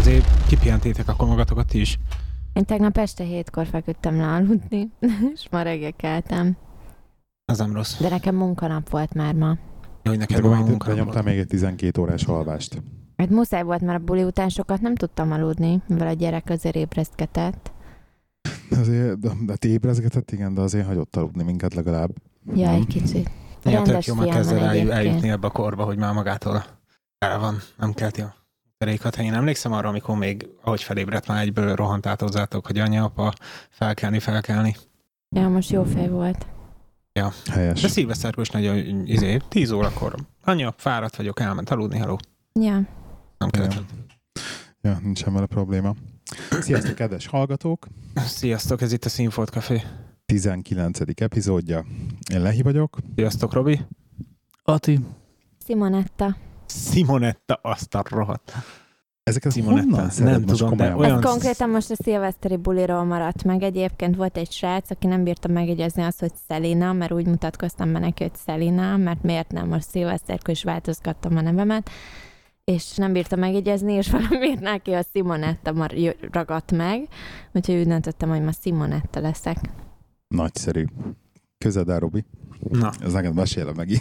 azért kipihentétek akkor magatokat ti is. Én tegnap este 7-kor feküdtem le aludni, és ma reggel keltem. Az nem rossz. De nekem munkanap volt már ma. Hogy neked van munkanap. Benyomtál még egy 12 órás alvást. Hát muszáj volt, mert a buli után sokat nem tudtam aludni, mivel a gyerek azért ébresztgetett. Azért, de ti ébrezgetett, igen, de azért hagyott aludni minket legalább. Ja, egy kicsit. Ilyen tök Rendes jó, már fiam kezd van eljutni egyébként. ebbe a korba, hogy már magától el van, nem kelti a terékat. Én emlékszem arra, amikor még, ahogy felébredt, már egyből rohant át hozzátok, hogy anya, apa, felkelni. Ja, most jó fej volt. Ja. Helyes. De szilveszterkor is nagyon 10 órakor. Anya, fáradt vagyok, elment aludni, hello. Ja. Nem keltett. Ja, nincsen vele probléma. Sziasztok, kedves hallgatók! Sziasztok, ez itt a Színfolt Café. 19. epizódja. Én Lehi vagyok. Sziasztok, Robi. Ati. Simonetta, azt a rohadt. Ezeket Simonetta, honnan szeded nem most tudom, de komolyan? olyan- Ez konkrétan most a szilveszteri buliról maradt meg. Egyébként volt egy srác, aki nem bírta megjegyezni azt, hogy Szelina, mert úgy mutatkoztam be neki, hogy Szelina, mert miért nem, most szilveszterkor is változgattam a nevemet, és nem bírta megjegyezni, és valamiért neki a Simonetta ragadt meg, úgyhogy úgy döntöttem, hogy ma Simonetta leszek. Nagyszerű. Közed el, Robi. Na, Ez neked mesélem meg.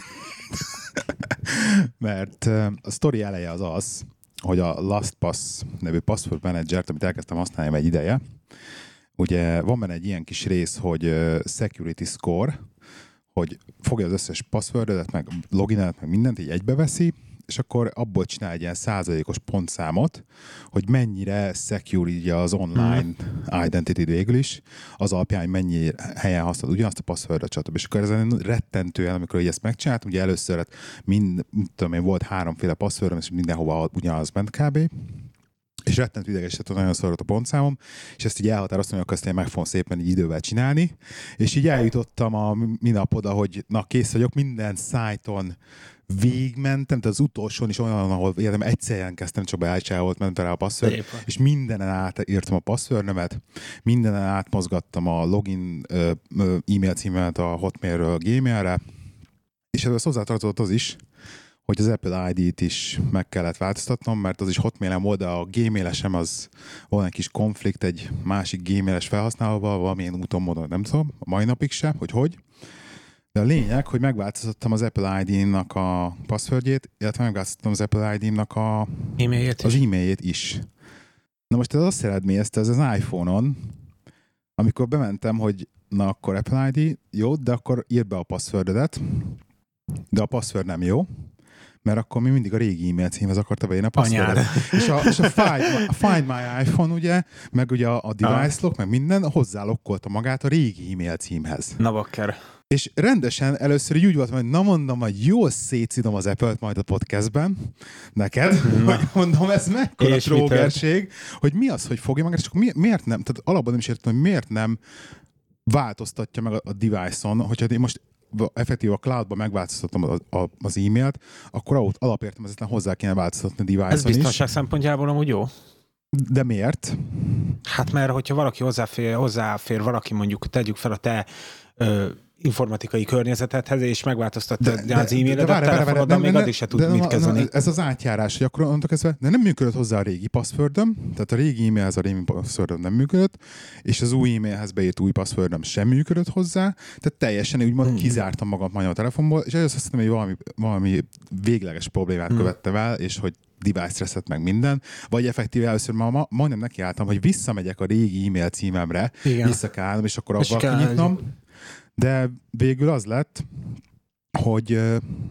Mert a sztori eleje az az, hogy a LastPass nevű password managert, amit elkezdtem használni egy ideje, ugye van benne egy ilyen kis rész, hogy security score, hogy fogja az összes passwordet, meg loginedet, meg mindent, így egybeveszi, és akkor abból csinál egy ilyen százalékos pontszámot, hogy mennyire secure így az online identity végül is, az alapján, hogy mennyi helyen használod ugyanazt a passwordot, stb. És akkor ezen rettentően, amikor így ezt megcsináltam, ugye először tudom én, volt 3 passwordom, és mindenhova ugyanaz ment kb. És rettentő idegesített, nagyon szorult a pontszámom, és ezt így elhatároztam, hogy akkor ezt én meg fogom szépen így idővel csinálni, és így eljutottam a minap oda, hogy na kész vagyok, minden szájton végigmentem, tehát az utolsón is olyan, ahol életem egyszer jelentkeztem, csak beállítságot mentem rá a password, és mindenen átírtam a passwordnemet, mindenen átmozgattam a login e-mail címet a Hotmailről a Gmailre, és ez hozzátartozott az is, hogy az Apple ID-t is meg kellett változtatnom, mert az is Hotmail-en volt, de a Gmail-esem az van egy kis konflikt egy másik Gmail-es felhasználóval, valamilyen úton, módon, nem tudom, a mai napig se, hogy. De a lényeg, hogy megváltoztattam az Apple ID-nak a passwordjét, illetve megváltoztattam az Apple ID-nak az e-mailjét is. Na most ez azt eredményezte, ez az iPhone-on, amikor bementem, hogy na akkor Apple ID, jó, de akkor írd be a passwordedet, de a password nem jó, mert akkor mi mindig a régi e-mail címhez akarta beírni a passwordet. És a Find My iPhone, ugye, meg ugye a Device Lock, meg minden hozzálokkolta magát a régi e-mail címhez. Na bakker. És rendesen először úgy voltam, hogy na mondom, hogy jól szétszidom az Apple-t majd a podcastben neked, hogy mondom, ez mekkora trógerség, hogy mi az, hogy fogja magát, és akkor miért nem, tehát alapban nem is értem, hogy miért nem változtatja meg a device-on, hogyha én most effektív a cloudban megváltoztatom az e-mailt, akkor alapértelmezetten hozzá kéne változtatni a device-on is. Ez biztonság szempontjából amúgy jó? De miért? Hát mert hogyha valaki hozzáfér valaki, mondjuk tegyük fel a te informatikai környezetedhez, és megváltoztatta az e-mailedet, a telefonodon még addig se tud mit kezdeni. Ez az átjárás, hogy akkor mondtok ezt, de nem működött hozzá a régi passwordom, tehát a régi e-mailhez a régi passwordom nem működött, és az új e-mailhez beírt új passwordom sem működött hozzá, tehát teljesen úgymond kizártam magam majd a telefonból, és azt hiszem, hogy valami végleges problémát követtem el, és hogy device reset meg minden, vagy effektíve először majdnem nekiálltam, hogy visszamegyek a régi e-mail címemre, visszakállnom, és akkor avval kinyitnom. De végül az lett, hogy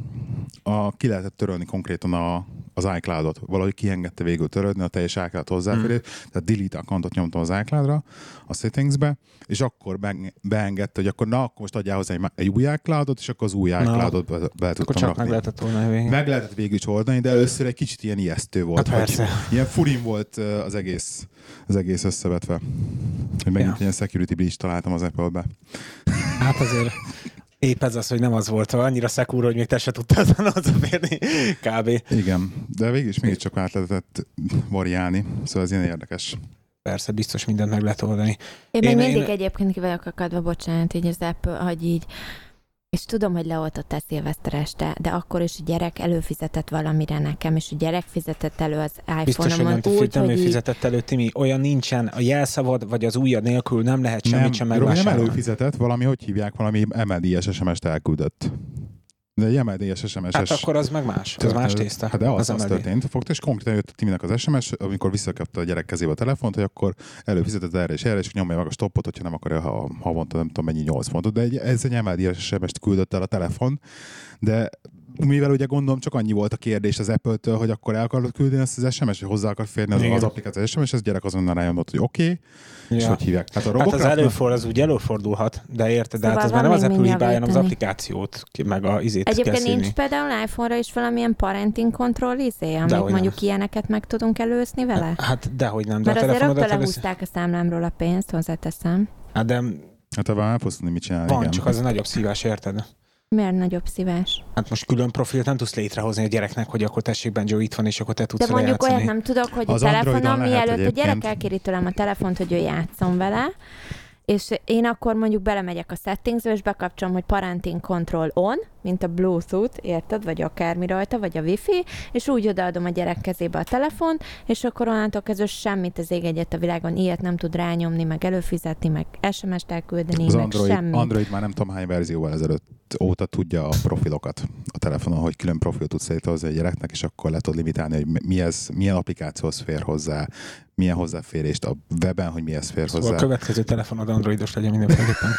ki lehetett törölni konkrétan az iCloud-ot. Valahogy kiengedte végül törölni a teljes iCloud hozzáférést, tehát delete accountot nyomtam az iCloud-ra, a settingsbe, és akkor beengedte, hogy akkor most adjál hozzá egy új iCloud-ot, és akkor az új iCloud-ot be tudtam rakni. Meg lehetett volna végig. Meg lehetett végül is oldani, de először egy kicsit ilyen ijesztő volt. Hát persze. Ilyen furin volt az egész összevetve. Hogy megint ilyen security breach találtam az Apple-be. Hát azért épp ez az, hogy nem az volt, annyira szekúr, hogy még te se tudtál hozzáférni, kb. Igen, de végül is mégiscsak át lehetett variálni, szóval ez ilyen érdekes. Persze, biztos mindent meg lehet oldani. Én még mindig egyébként ki vagyok akadva, bocsánat, így az Apple, hogy így És tudom, hogy leoltottál szilveszter este, de akkor is a gyerek előfizetett valamire nekem, és a gyerek fizetett elő az iPhone-omon. Biztos, hogy nem ő fizetett elő, Timi. Olyan nincsen, a jelszavad vagy az ujjad nélkül nem lehet semmit sem megvásárolni. Nem előfizetett, valami, hogy hívják, valami MLDS SMS-t elküldött. De egy MLDS SMS-es... Hát akkor az meg más, az más tészta. Hát de az történt. Fogta, és konkrétan jött a Timinek az SMS, amikor visszakapta a gyerek kezébe a telefont, hogy akkor előfizetett erre, és nyomja meg a stoppot, hogyha nem akarja havonta, nem tudom mennyi 8 fontot. De ez egy MLDS SMS-t küldött el a telefon, de mivel ugye gondolom csak annyi volt a kérdés az Apple-től, hogy akkor el akarod küldeni ezt az SMS, hogy hozzá akar férni az applikáció SMS, ez gyerek azonnal rájönött, hogy oké, és hogy hívják. Hát, az úgy előfordulhat, de érted, szóval de hát az már nem az Apple hibája, hanem az applikációt, meg a izét egyébként nincs például iPhone-ra is valamilyen parenting control amit mondjuk ilyeneket meg tudunk előzni vele? Hát dehogy nem. De mert azért rögtön lehúzták a számlámról a pénzt, hozzáteszem. Hát abban elfosztani, mit csinálni. Van, igen. Csak az a nagyobb szívás, érted? Miért nagyobb szívás? Hát most külön profilt nem tudsz létrehozni a gyereknek, hogy akkor tessék, Benjo itt van, és akkor te tudsz de mondjuk játszani. olyat nem tudok, hogy az a telefonon mielőtt egyébként. a gyerek elkéri tőlem a telefont, hogy ő játszom vele, és én akkor mondjuk belemegyek a settingsbe, és bekapcsolom, hogy parenting control on, mint a Bluetooth, érted? Vagy akármi rajta, vagy a Wi-Fi, és úgy odaadom a gyerek kezébe a telefont, és akkor onnantól kezdve semmit az ég egyet a világon, ilyet nem tud rányomni, meg előfizetni, meg SMS-t elküldeni, az meg semmit. Android már nem tudom hány verzióval ezelőtt óta tudja a profilokat a telefonon, hogy külön profil tudsz létrehozni a gyereknek, és akkor le tud limitálni, hogy milyen applikációhoz fér hozzá, milyen hozzáférést a weben, hogy mihez fér hozzá. Szóval a következő telefonod androidos legyen mindenféleképpen.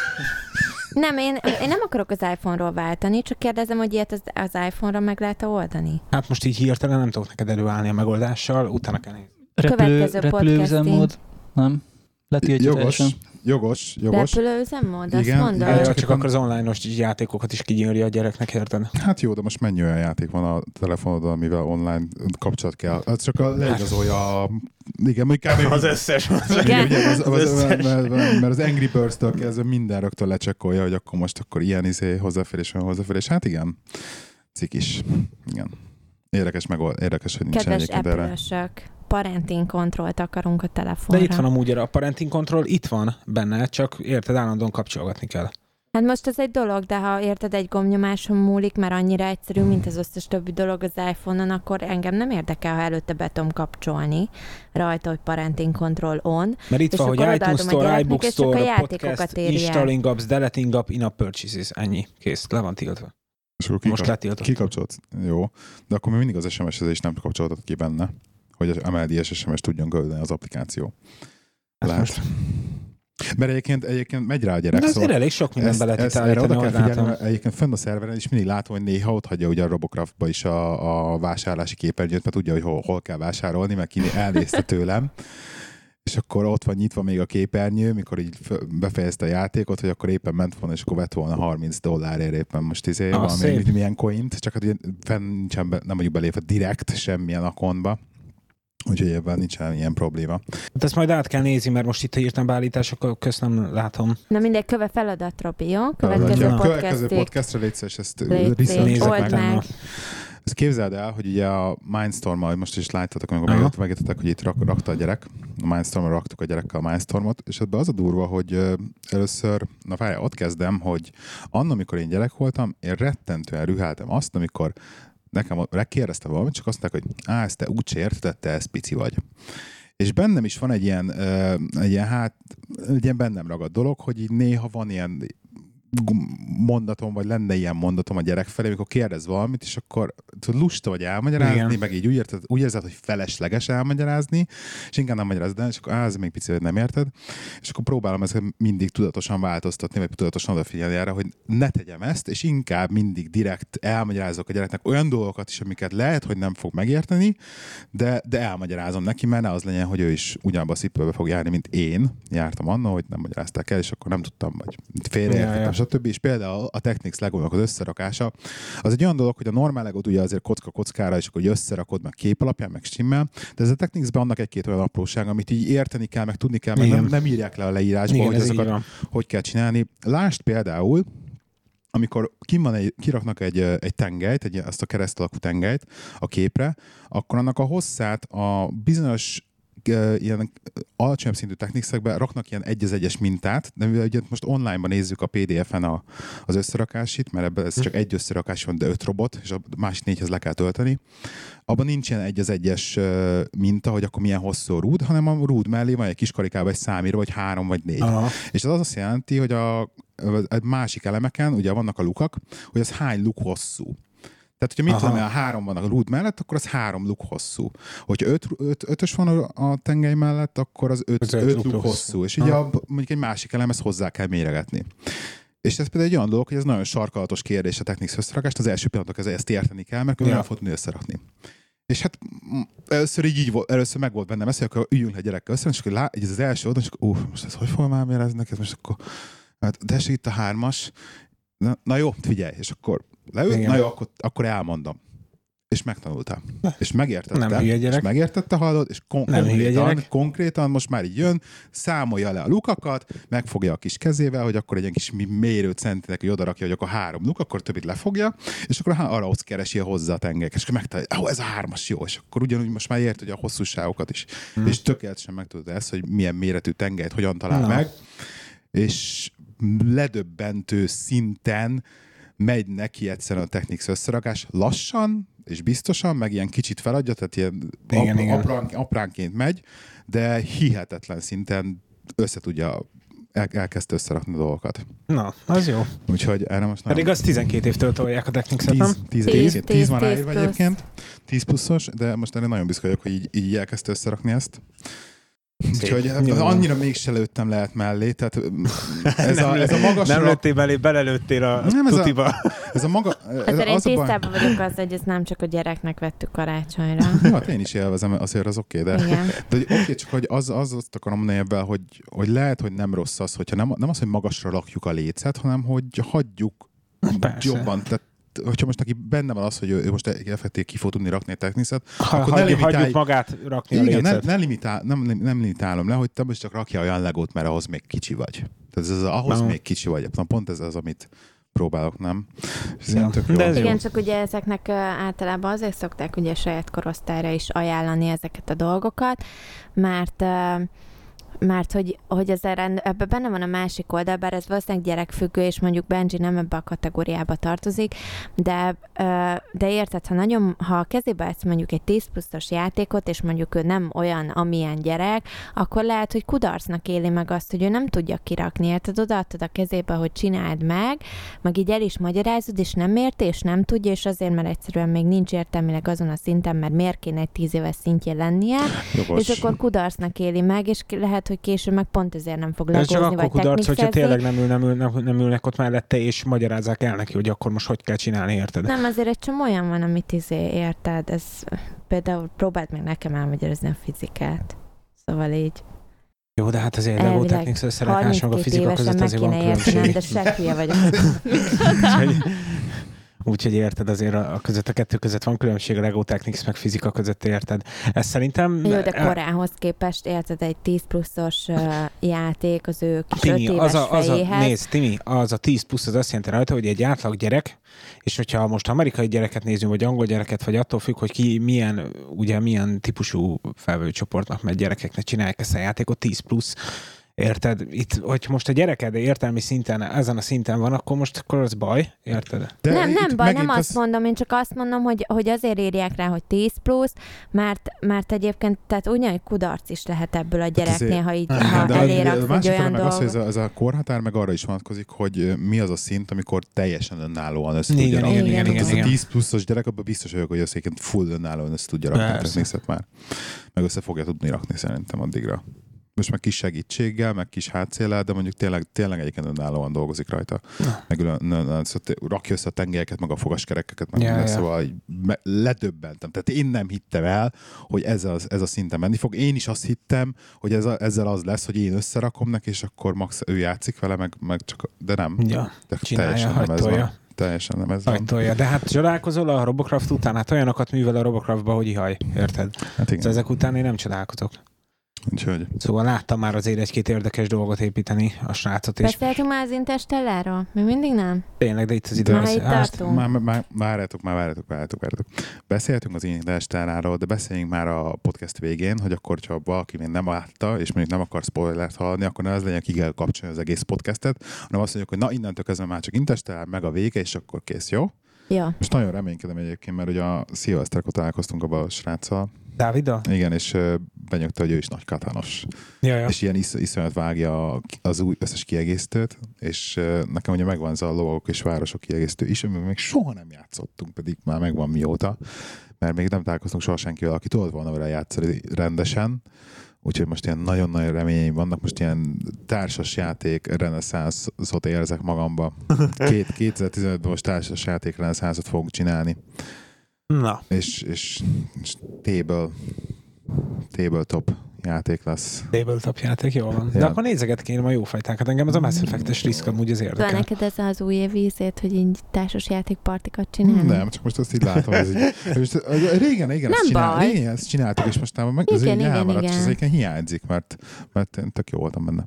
Nem, én nem akarok az iPhone-ról váltani, csak kérdezem, hogy ilyet az iPhone-ra meg lehet oldani. Hát most így hirtelen nem tudok neked előállni a megoldással, utána kell nézni. Repülőüzemmód? Nem? Letiltja teljesen. Jogos. Repülőüzemmód, azt mondod? Ja, csak akkor az online-os játékokat is kinyírja a gyereknek, érted? Hát jó, de most mennyi olyan játék van a telefonodon, amivel online kapcsolat kell? Az csak leigazolja igen, mondjuk az összes. Mert az Angry Birds-től kezdve minden rögtön lecsekkolja, hogy akkor ilyen hozzáférés. Hát igen, cikis. Igen. Érdekes, hogy nincs kedves Apple-ösök, parenting controlt akarunk a telefonra. De itt van amúgy a parenting control, itt van benne, csak érted, állandóan kapcsolgatni kell. Hát most ez egy dolog, de ha érted, egy gombnyomáson múlik, mert annyira egyszerű, mint az összes többi dolog az iPhone-on, akkor engem nem érdekel, ha előtte be tudom kapcsolni rajta, hogy parenting control on. Mert itt van, hogy iTunes Store, iBook Store, podcast, installing apps, deleting app, in-app purchases, ennyi, kész, le van tiltva. És akkor most letiltott. Kikapcsolt. Jó. De akkor még mindig az SMS-ezés nem kapcsoltat ki benne, hogy az MLDS SMS tudjon küldeni az applikáció. Lehet. Mert egyébként megy rá a gyerek. De azért elég sok mindenbe lehet itt állítani, oda kell figyelni, egyébként fönn a szerveren is mindig látom, hogy néha ott hagyja ugye a Robocraftba is a vásárlási képernyőt, mert tudja, hogy hol kell vásárolni, mert elnézte tőlem. És akkor ott van nyitva még a képernyő, mikor így befejezte a játékot, hogy akkor éppen ment volna, és akkor vett volna $30 éppen most valami milyen coint, csak hát ugye fenn nincsen nem mondjuk belépve direkt semmilyen akontba. Úgyhogy ebben nincsen ilyen probléma. Hát ezt majd át kell nézni, mert most itt írtam beállításokkal, nem látom. Na mindegy, feladatot, Robi, jó? Következő podcastra légy és ezt nézzek meg. Ezt képzeld el, hogy ugye a Mindstorm-mal, most is láttatok, amikor megértetek, hogy itt rakta a gyerek. A Mindstorm-mal raktuk a gyerekkel a Mindstormot, és ebben az a durva, hogy először, ott kezdem, hogy annak, amikor én gyerek voltam, én rettentően rüháltam azt, amikor nekem kérdeztem valamit, csak azt mondták, hogy ezt te úgy érted, te ez pici vagy. És bennem is van egy ilyen bennem ragadt dolog, hogy így néha van ilyen mondatom, vagy lenne ilyen mondatom a gyerek felé, amikor kérdez valamit, és akkor lusta vagy elmagyarázni, igen. Meg így úgy érzed, hogy felesleges elmagyarázni, és inkább nem magyarázod el, és akkor ez még picit, hogy nem érted, és akkor próbálom ezt mindig tudatosan változtatni, vagy tudatosan odafigyelni erre, hogy ne tegyem ezt, és inkább mindig direkt elmagyarázok a gyereknek olyan dolgokat is, amiket lehet, hogy nem fog megérteni, de elmagyarázom neki, mert ne az legyen, hogy ő is ugyanabba a szipőbe fog járni, mint én jártam annak, hogy nem magyarázták el, és akkor nem tudtam, vagy félreértettem, stb. És például a Technics Legónak az összerakása, az egy olyan dolog, hogy a normál Legót ugye azért kocka-kockára, és akkor összerakod meg kép alapján, meg stimmel, de ez a Technicsben annak egy-két olyan apróság, amit így érteni kell, meg tudni kell, meg nem írják le a leírásba, igen, hogy ezeket hogy kell csinálni. Lásd például, amikor kiraknak egy tengelyt, azt a kereszt alakú tengelyt a képre, akkor annak a hosszát a bizonyos ilyen alacsonyabb szintű technikszekben raknak ilyen 1:1 mintát, de mivel ugye most online-ban nézzük a PDF-en az összerakásit, mert ebben ez csak egy összerakás van, de 5 robot, és a másik 4-hez le kell tölteni. Abban nincs ilyen 1:1 minta, hogy akkor milyen hosszú a rúd, hanem a rúd mellé van egy kis karikában egy számíró, vagy 3 vagy 4. Aha. És az azt jelenti, hogy a másik elemeken, ugye vannak a lukak, hogy az hány luk hosszú. Tehát, hogyha mit tudom, 3 van a rúd mellett, akkor az 3 luk hosszú. Hogyha 5-ös van a tengely mellett, akkor az 5 luk hosszú. És ugye mondjuk egy másik elemhez hozzá kell méregetni. És ez például egy olyan dolog, hogy ez nagyon sarkalatos kérdés a Technics összerakást. Az első pillanatok ezt érteni kell, mert különben el fogod tudni összerakni. És hát először így volt, először meg volt bennem ez, hogy akkor üljünk le gyerekkel össze, és akkor ez az első oldal, és akkor most ez hogy fogom elmérezni, ez most akkor, hát, de itt a 3-as, na jó, figyelj, és akkor leült, na jó, akkor elmondom. És megtanultam. És megértette. És megértette, hallod, és konkrétan most már így jön, számolja le a lukakat, megfogja a kis kezével, hogy akkor egy ilyen kis mérő centinek, hogy oda rakja, hogy akkor 3 luk, akkor többit lefogja, és akkor arra ott keresi hozzá a tengelyeket, és akkor megtalálja, ez a 3-as jó, és akkor ugyanúgy most már ért, hogy a hosszúságokat is. És tökéletesen megtudod ezt, hogy milyen méretű tengelyt hogyan talál meg, és ledöbbentő szinten megy neki egyszerűen a Technics összerakás lassan és biztosan, meg ilyen kicsit feladja, tehát ilyen apránként megy, de hihetetlen szinten elkezdte összerakni a dolgokat. Na, az jó. Úgyhogy erre most nem... Pedig az 12 évtől tolják a Technics-et, nem? 10 már ráírva egyébként. 10 pluszos, de most erre nagyon büszke vagyok, hogy így elkezdte összerakni ezt. Úgyhogy annyira mégse lőttem lehet mellé, tehát ez a magas... Nem lőttél belé, belelőttél a tutiba. Ez a maga... Ezért én tisztában vagyok az, hogy ezt nem csak a gyereknek vettük karácsonyra. Jó, hát én is élvezem, azért az oké, de csak hogy azt akarom mondani ebben, hogy lehet, hogy nem rossz az, hogyha nem az, hogy magasra rakjuk a lécet, hanem hogy hagyjuk jobban. Tehát hogyha most neki benne van az, hogy ő most effektív ki fog tudni rakni a Technics-et, akkor hagyjuk magát rakni a lécet. Nem limitálom le, hogy te most csak rakja olyan legót, mert ahhoz még kicsi vagy. Tehát ahhoz még kicsi vagy. Pont ez az, amit próbálok, nem? Igen, csak ugye ezeknek általában azért szokták ugye saját korosztályra is ajánlani ezeket a dolgokat, mert hogy ebben benne van a másik oldal, bár ez valószínűleg gyerekfüggő, és mondjuk Benji nem ebbe a kategóriába tartozik, de érted, ha a kezébe adsz mondjuk egy 10 pluszos játékot, és mondjuk ő nem olyan, amilyen gyerek, akkor lehet, hogy kudarcnak éli meg azt, hogy ő nem tudja kirakni, érted? Odaadtad a kezébe, hogy csináld meg így el is magyarázod, és nem érti, és nem tudja, és azért, mert egyszerűen még nincs értelmileg azon a szinten, mert miért kéne egy 10 éves szintjén lennie, és akkor kudarcnak éli meg, és lehet, hogy később meg pont ezért nem fog legózni, vagy technikszezni. Csak akkor kudarc, hogyha tényleg nem ülnek ott mellette, és magyarázzák el neki, hogy akkor most hogy kell csinálni, érted? Nem, azért egy csomó olyan van, amit érted. Ez például próbáld meg nekem elmagyarázni a fizikát. Szóval így. Jó, de hát azért Lego Technics összerakás, meg a fizika között azért van különbség. De se hülye vagyok. Úgyhogy érted, azért a kettő között van különbség, a Lego Technics meg fizika között, érted. Ez szerintem... Jó, de korához képest, érted, egy 10 pluszos játék az ő kis Timi, 5 éves fejéhez. Nézd, Timi, az a 10 plusz az azt jelenti rajta, hogy egy átlag gyerek, és hogyha most amerikai gyereket nézünk, vagy angol gyereket, vagy attól függ, hogy ki milyen típusú felvevőcsoportnak megy gyerekeknek csinálják ezt a játékot, 10 plusz. Érted? Itt, hogy most a gyereked értelmi szinten, ezen a szinten van, akkor az baj, érted? De nem baj, nem azt mondom, én csak azt mondom, hogy azért írják rá, hogy 10 plusz, mert egyébként, tehát ugyanúgy kudarc is lehet ebből a gyereknél, ha így eléraksz egy olyan dolgot. Az, hogy ez a korhatár meg arra is vonatkozik, hogy mi az a szint, amikor teljesen önállóan össze tudja rakni. Igen. Az a 10 pluszos gyerek, abban biztos vagyok, hogy összeként full önállóan össze tudja rakni a Technics-et már. Meg össze fogja tudni rakni szerintem addigra. Most meg kis segítséggel, meg kis hátszéllel, de mondjuk tényleg egyébként önállóan dolgozik rajta. Meg rakja össze a tengelyeket, meg a fogaskerekeket, meg szóval ledöbbentem. Tehát én nem hittem el, hogy ez a szinten menni fog. Én is azt hittem, hogy ezzel az lesz, hogy én összerakom neki, és akkor max ő játszik vele, meg csak, de nem. Ja, de teljesen nem ez van. Teljesen nem ez van. De hát csodálkozol a Robocraft után? Hát olyanokat művel a Robocraftba, hogy ihaj, érted? Hát igen. Ezek után én nem csodálkozok. Úgyhogy... Szóval láttam már azért egy-két érdekes dolgot építeni a srácot is. Beszéltünk már az Interstelláról? Mi mindig nem? Tényleg, de itt az idő. Már itt tartunk. Várjátok. Beszéltünk az Interstelláról, de beszéljünk már a podcast végén, hogy akkor, ha valaki még nem látta, és mondjuk nem akar spoilert hallani, akkor ne az legyen, ki kell kapcsolni az egész podcastet, hanem azt mondjuk, hogy na innentől kezdve már csak Interstellár, meg a vége, és akkor kész, jó? Ja. Most nagyon reménykedem egyébként, mert ugye a szilveszterkor találkoztunk abban a sráccal. Dáviddal? Igen, és benyögte, hogy ő is nagy katános. Ja. És ilyen iszonyat vágja az új összes kiegészítőt, és nekem ugye megvan ez a lovagok és városok kiegészítő is, amiben még soha nem játszottunk, pedig már megvan mióta, mert még nem találkoztunk soha senkivel, aki tudott volna vele játszani rendesen. Úgyhogy most ilyen nagyon-nagyon reményeim vannak, most ilyen társas játék reneszánszot érzek magamba. 2015-ben most társas játék reneszánszot fogunk csinálni. Na. És tabletop játék lesz. Tabletop játék, jól van. De akkor nézeget kéne a jó fajtákat. Engem ez a Mass Effect-es risk amúgy az érdekel. Van neked ez az új évi ízét, hogy így társas játékpartikat csinálni? Nem, csak most azt így látom, ez így. Régen ezt csináltuk, és most már ez így elmaradt, és ez egyébként hiányzik, mert én tök jó voltam benne.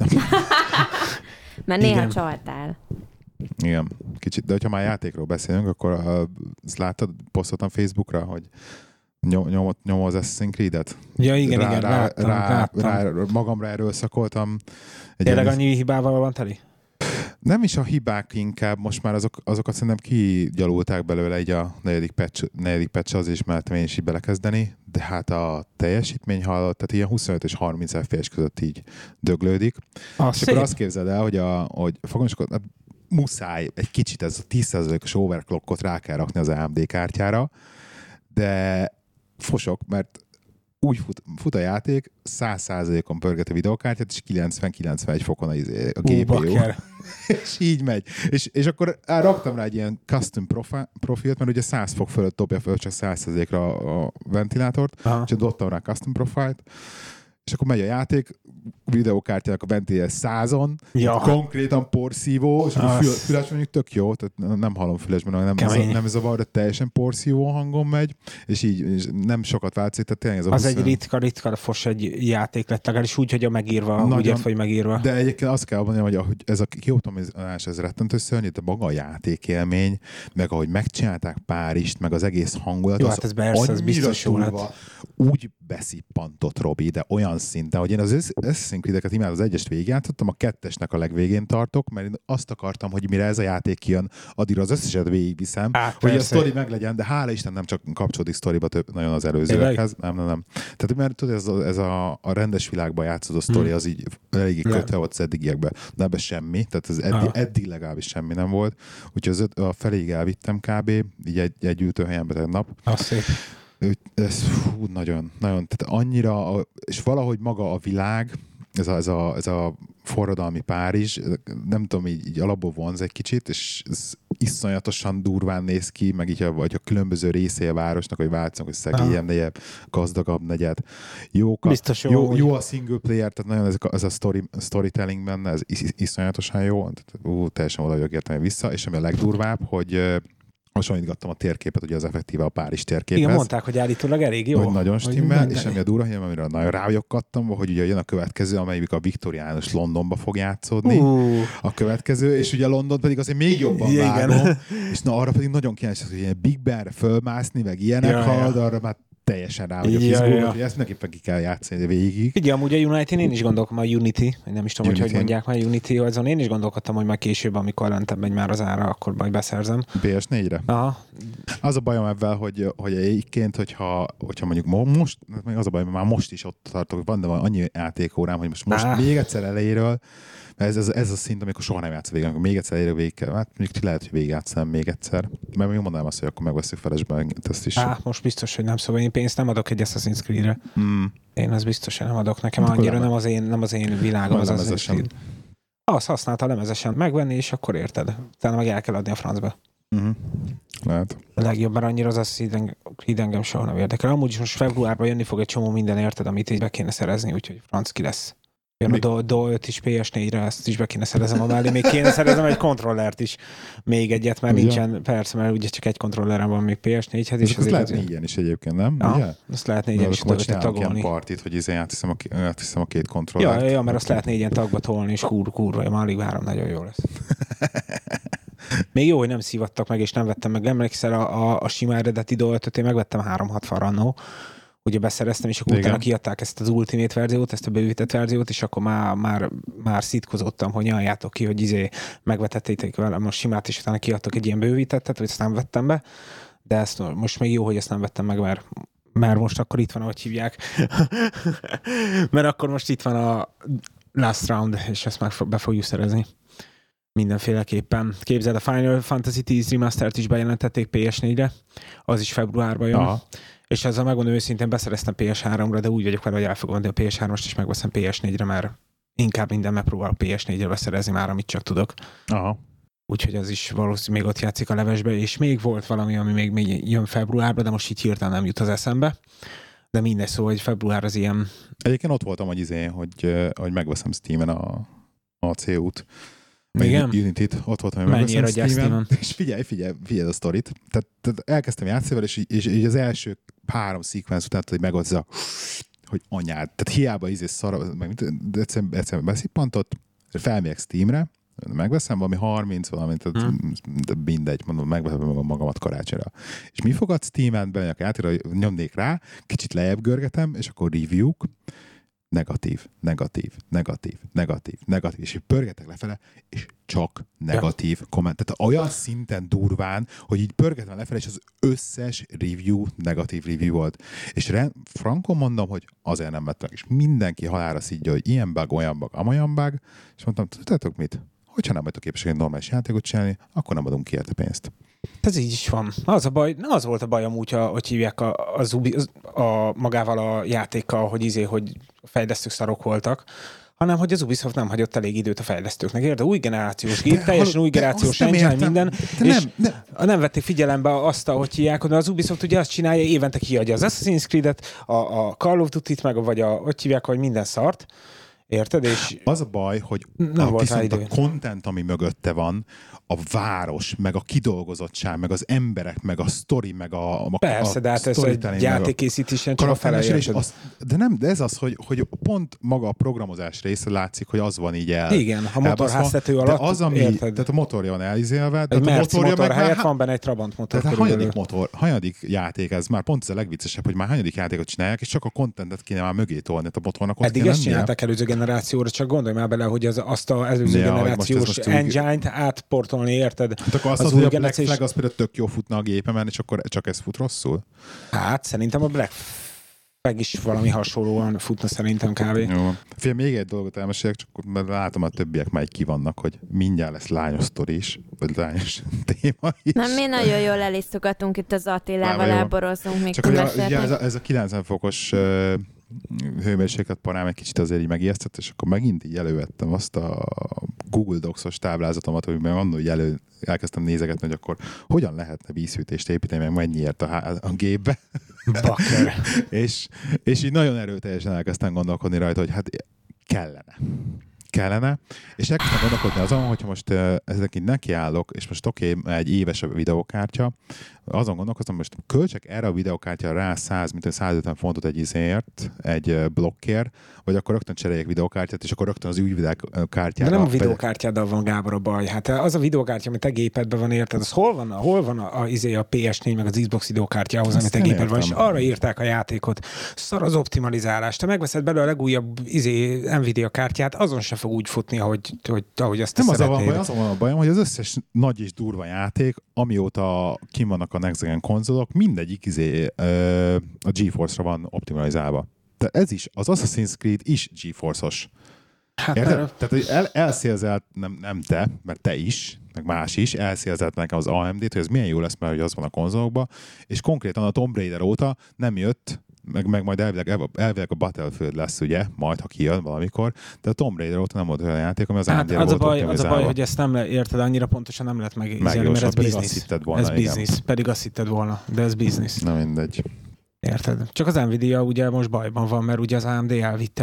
Mert néha csaltál. Igen, kicsit. De hogyha már játékról beszélünk, akkor ezt láttad, posztoltam Facebookra, hogy nyomom az Assassin's Creed-et? Ja, igen, láttam. Magamra erről szakoltam. Tényleg annyi hibával van teli? Nem is a hibák inkább, most már azokat szerintem kigyalulták belőle így a negyedik patch az is, mert én is így belekezdeni, de hát a teljesítmény hallott, tehát ilyen 25 és 30 FPS között így döglődik. És akkor azt képzeld el, hogy fogalmaskodom, muszáj egy kicsit ez a 10%-os overclockot rá kell rakni az AMD kártyára, de fosok, mert úgy fut a játék, 100%-on pörget a videokártyát, és 90-91 fokon a GPU. És így megy. És akkor raktam rá egy ilyen custom profilt, mert ugye 100 fok fölött dobja föl csak 100%-ra a ventilátort, és dobtam rá custom profilt, és akkor megy a játék, videókártyának a ventilátor 100-on, konkrétan porszívó, és a füles mondjuk tök jó, tehát nem hallom fülesben, nem ez a bar, de teljesen porszívó hangon megy, és így nem sokat változik, tehát tényleg ez a... Az egy ritka fos egy játék lett, legalábbis úgy, hogy a megírva, úgy ért, hogy megírva. De egyébként azt kell mondani, hogy ez a kioptimizálás, ez rettentő szörnyű, de maga a játékélmény, meg ahogy megcsinálták Párizst, meg az egész hangulat, jó, hát ez persze, ez biztos jó lett. Úgy beszippantott, Robi, de olyan szinten, hogy én az Assassin's Creed-eket imádom, az egyest végigjátszottam, a kettesnek a legvégén tartok, mert én azt akartam, hogy mire ez a játék kijön, addigra az összeset végigviszem, hogy a sztori meglegyen, de hála Isten nem csak kapcsolódik sztoriba nagyon az előzőekhez. Nem. Tehát mert tudod, ez a rendes világban játszódó sztori, az így eléggé kötve volt az eddigiekben. De ebben semmi, tehát ez eddig legalábbis semmi nem volt. Úgyhogy a feléig elvittem kb. Így egy ültőhelyenben egy nap. Ez nagyon, tehát annyira, és valahogy maga a világ, ez a forradalmi Párizs, nem tudom, így alapból vonz egy kicsit, és ez iszonyatosan durván néz ki, meg így vagy a különböző részei a városnak, hogy változnak, hogy szegélyebb negyed, gazdagabb negyed. Jó a single player, tehát nagyon ez a storytelling benne, ez iszonyatosan jó, teljesen oda vagyok értelme vissza, és ami a legdurvább, hogy hasonlítgattam a térképet, ugye az effektíve a Párizs térképhez. Igen, mondták, hogy állítólag elég jó. Hogy nagyon stimmel, és ami a durva, amire nagyon rájogkattam, hogy ugye jön a következő, amelyik a viktoriánus Londonba fog játszódni. A következő, és ugye London pedig azért még jobban vágom. És arra pedig nagyon kíváncsi, hogy ilyen Big Ben-re fölmászni, meg ilyenek halad, arra már teljesen rá vagyok izgulva, hogy ezt mindenképpen ki kell játszani végig. Ugye amúgy a Unity-n én is gondolkodom, a Unity, nem is tudom, hogy mondják már Unity, azon én is gondolkodtam, hogy majd később, amikor lentebb megy már az ára, akkor majd beszerzem. PS4-re? Aha. Az a bajom ebben, hogy egyébként, hogyha mondjuk most, az a bajom, már most is ott tartok, van, de van annyi játékórám, hogy most még egyszer elejéről, ez a szint, amikor soha nem játsz végig, amikor még egyszer elejéről végig kell, hát mondjuk lehet, hogy végigjátszanám még egyszer, mert még mondanám azt, hogy akkor megveszünk felesben ezt is. Most biztos, hogy nem, szóval én pénzt nem adok egy Assassin's Creed-re. Én az biztos, hogy nem adok. Nekem annyira nem az én világom az Assassin's Creed. Azt használta lemezesen megvenni, és akkor érted. Utána meg el kell adni a francba. Lehet. A legjobb, mert annyira az Assassin's Creed engem soha nem érdekel. Amúgy is most februárban jönni fog egy csomó minden, érted, amit így be kéne szerezni, úgyhogy franc ki lesz. Jön a DO 5 is PS4-re, ezt is be kéne szerezem a mellé. Még kéne szerezem egy kontrollert is. Még egyet, mert nincsen, persze, mert ugye csak egy kontrollerem van még PS4-hez. És ezt lehet négyen is egyébként, nem? Ja, ugye? azt lehet négyen is tagolni. Ilyen partit, hogy áthiszem a két kontrollert. Ja, mert azt lehet négyen tagba tolni, és kurva, már alig várom, nagyon jó lesz. Még jó, hogy nem szívattak meg, és nem vettem meg. Emlékszel a sima eredeti DO 5-öt, én megvettem 360-ra annó. Ugye beszereztem, és akkor utána kiadták ezt az Ultimate verziót, ezt a bővített verziót, és akkor már szitkozottam, hogy nyaljátok ki, hogy megvetettétek vele most simát, és utána kiadtak egy ilyen bővítettet, hogy ezt nem vettem be, de ezt most még jó, hogy ezt nem vettem meg, mert most akkor itt van, ahogy hívják. Mert akkor most itt van a Last Round, és ezt meg be fogjuk szerezni. Mindenféleképpen. Képzeld, a Final Fantasy X Remastered is bejelentették PS4-re, az is februárban jön. Aha. És ezzel megmondom őszintén, beszereztem PS3-ra, de úgy vagyok vele, hogy el fogom venni a PS3-ast, és megveszem PS4-re, mert inkább minden megpróbálok PS4-re beszerezni már, amit csak tudok. Aha. Úgyhogy az is valószínűleg még ott játszik a levesbe, és még volt valami, ami még jön februárban, de most így hirtelen nem jut az eszembe. De mindegy, szóval, hogy február az ilyen... Egyébként ott voltam, hogy megveszem Steamen a CO-t. Igen? Unity-t, ott voltam, hogy megveszem Steamen. És figyelj a sztorit. Tehát elkezdtem játszani vele, és az első 3 szekvenc után, hogy megadza, hogy anyád. Tehát hiába egyszerűen beszippantott, felmegyek Steamre, megveszem valami 30, tehát mindegy, mondom, megveszem magamat karácsonyra. És mi fogad Steamen, bemegyek átira, nyomnék rá, kicsit lejjebb görgetem, és akkor review-k, negatív, és így pörgetek lefele, és csak negatív komment. Tehát olyan szinten durván, hogy így pörgetem lefele, és az összes review negatív review volt. És frankon mondom, hogy azért nem vettem meg. És mindenki halálra szidja, hogy ilyen bug, olyan bug, amolyan bug, és mondtam, tudjátok mit? Hogyha nem vagytok képesek egy normális játékot csinálni, akkor nem adunk ki érte pénzt. Ez így is van. Az a baj, nem az volt a baj amúgy, hogy hívják magával a játékkal, hogy a fejlesztők szarok voltak, hanem hogy az Ubisoft nem hagyott elég időt a fejlesztőknek. Érde? Új generációs gép, teljesen új generációs engine, minden, és nem vették figyelembe azt, hogy hívják, de az Ubisoft ugye azt csinálja, évente kiadja az Assassin's Creed-et, a Call of Duty-t, meg vagy hogy hívják, hogy minden szart. Érted? És az a baj, hogy viszont a content, ami mögötte van, a város, meg a kidolgozottság, meg az emberek, meg a sztori, meg a persze, de hát ez egy játékkészítésen csak a fele de ez az, hogy pont maga a programozás része látszik, hogy az van így igen, a motorháztető alatt, de az, tehát a motorja van elizélve. Egy Merci motor helyett van benne egy Trabant motor. Tehát hanyadik játék, ez már pont ez a legviccesebb, hogy már hanyadik játékot csinálják, és csak a contentet kéne már mögé tolni, a motornak. Eddig ezt csinálták előző generációra, csak gondolj már bele, hogy azt az előző generációs engine-t átportolni, érted? Hát akkor azt hogy a Black Flag az például tök jó futna a gépemen, és akkor csak ez fut rosszul? Hát szerintem a Black Flag is valami hasonlóan futna szerintem kb. Jó. Fél, még egy dolgot elmesélek, csak mert látom, a többiek már ki vannak, hogy mindjárt lesz lányos sztori is, vagy lányos téma is. Na, mi nagyon jól elisztogatunk itt az Attilával, elborozunk még. Csak ez a 90 fokos hőmérséklet panám egy kicsit azért így megijesztett, és akkor megint így elővettem azt a Google Docs-os táblázatomat, hogy meg annól így elkezdtem nézegetni, hogy akkor hogyan lehetne vízhűtést építeni, meg mennyiért a gépbe. Bakker. és így nagyon erőteljesen elkezdtem gondolkodni rajta, hogy hát kellene, és elkezdtem gondolkodni azon, hogyha most ezek így nekiállok, és most egy éves a videókártya, azon gondolkoztam, most költsek erre a videókártyára rá 150 fontot egy blokkért, vagy akkor rögtön cseréljek videókártyát, és akkor rögtön az új videókártyára... De nem a videókártyáddal van, Gábor, a baj. Hát az a videókártya, amit te gépedben van, érted, az hol van a PS4 meg az Xbox videókártyához, amit te gépedben van, és arra írták a játékot. Szar az optimalizálás. Te megveszed belőle a legújabb Nvidia kártyát, azon se fog úgy futni, ahogy azt te szeretnéd. Nem az a bajom, hogy az összes nagy és durva játék, amióta kim vannak a Next Gen konzolok, mindegyik a GeForce-ra van optimalizálva. Tehát ez is, az Assassin's Creed is GeForce-os. Hát tehát elszélzelt, nem te, mert te is, meg más is, elszélzelt nekem az AMD-t, hogy ez milyen jó lesz, mert hogy az van a konzolokban, és konkrétan a Tomb Raider óta nem jött, meg majd elvileg a Battlefield lesz, ugye, majd ha kijön valamikor, de a Tomb Raider óta nem volt olyan játék, ami az AMD-re volt optimalizálva. Az a baj, hogy ezt nem érted, annyira pontosan nem lehet megízelni, mert ez biznisz. Ez biznisz, pedig azt hitted volna, de ez biznisz. Na mindegy. Érted? Csak az Nvidia ugye most bajban van, mert ugye az AMD elvitte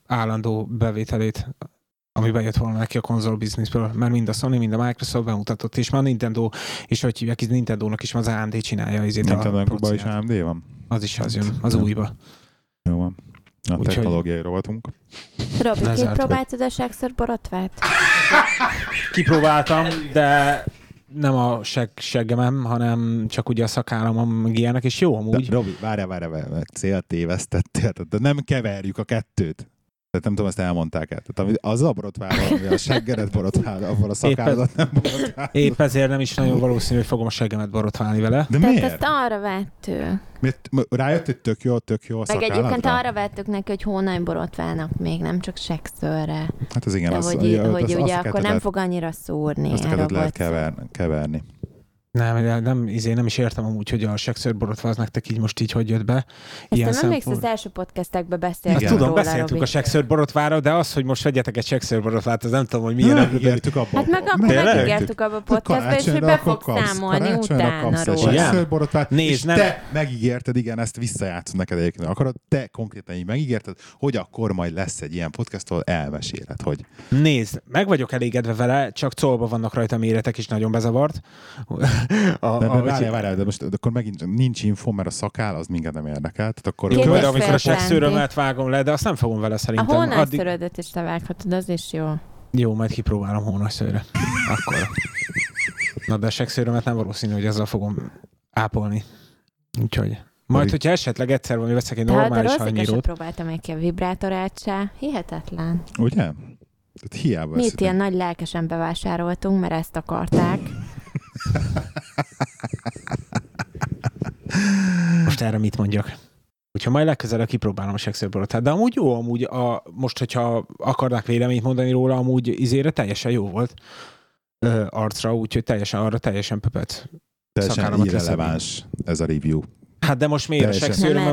állandó bevételét, ami bejött volna neki a konzol bizniszből, mert mind a Sony, mind a Microsoft bemutatott, és már a Nintendo, és hogy hívják, itt Nintendo-nak is az AMD csinálja. Nintendo-ban is AMD van? Az is az jön, az újba. Jó van. A technológiai rovatunk. Robi, kipróbáltad a seggször borotvát? Kipróbáltam, de nem a seggemem, hanem csak ugye a szakállamom, meg ilyenek, és jó amúgy. De, Robi, várjál, célt tévesztettél, de nem keverjük a kettőt. Tehát nem tudom, ezt elmondták el. Tehát az a borotvával, ami a seggedet borotvál, avval a szakálladat nem borotvál. Épp ezért nem is nagyon valószínű, hogy fogom a seggemet borotválni vele. De tehát miért? ezt arra vettük. Rájött, hogy tök jó a meg szakálladra? egyébként arra vettük neki, hogy hónaj borotválnak még, nem csak seggszörre. Hát az igen, de az, hogy ugye akkor nem fog annyira szúrni. Azt a lehet keverni. Nem is értem amúgy, hogy a seggször borotva az nektek így most így hogy jött be. Ezt nem emlékszel, az első podcastekben beszéltünk tudom, róla, beszéltünk Robi. a seggször borotvára, de az, hogy most vegyetek egy seggször borotvát, az nem tudom, hogy milyen. Megígértük abban. Hát meg akkor megígértük abban a podcastban, és hogy be fog számolni utána róla. Seggször borotvát, és nem. te megígérted, igen, ezt visszajátszod neked egyébként. Akarod, te konkrétan így megígérted, hogy akkor majd lesz egy ilyen podcast, ahol elmeséled, hogy... Nézd, meg vagyok elégedve vele, csak colba vannak rajta méretek, és nagyon bezavart. Várjál, de most akkor megint nincs info, mert a szakál az minket nem érdekel. Tehát akkor amikor a seggszőrömet vágom le, de azt nem fogom vele szerintem. A hónajszörödet is levághatod, az is jó. Jó, majd kipróbálom hónajszőre. Akkor. Na, de a seggszőrömet nem valószínű, hogy ezzel fogom ápolni. Úgyhogy. Majd, hogyha esetleg egyszer valami veszek egy normális hajnyírót. De próbáltam egy a vibrátorát se. Hihetetlen. Ugye? Tehát hiába. Mi itt ilyen nagy lelkesen bevásároltunk, mert ezt akarták. Most erre mit mondjak? Úgyhogy majd legközelebb kipróbálom a seggszőrborotát. De amúgy jó, most, hogyha akarnak véleményt mondani róla, amúgy izére teljesen jó volt arcra, úgyhogy teljesen pöpet. Teljesen irreleváns ez a review. Hát de most miért a seggszőrömmel?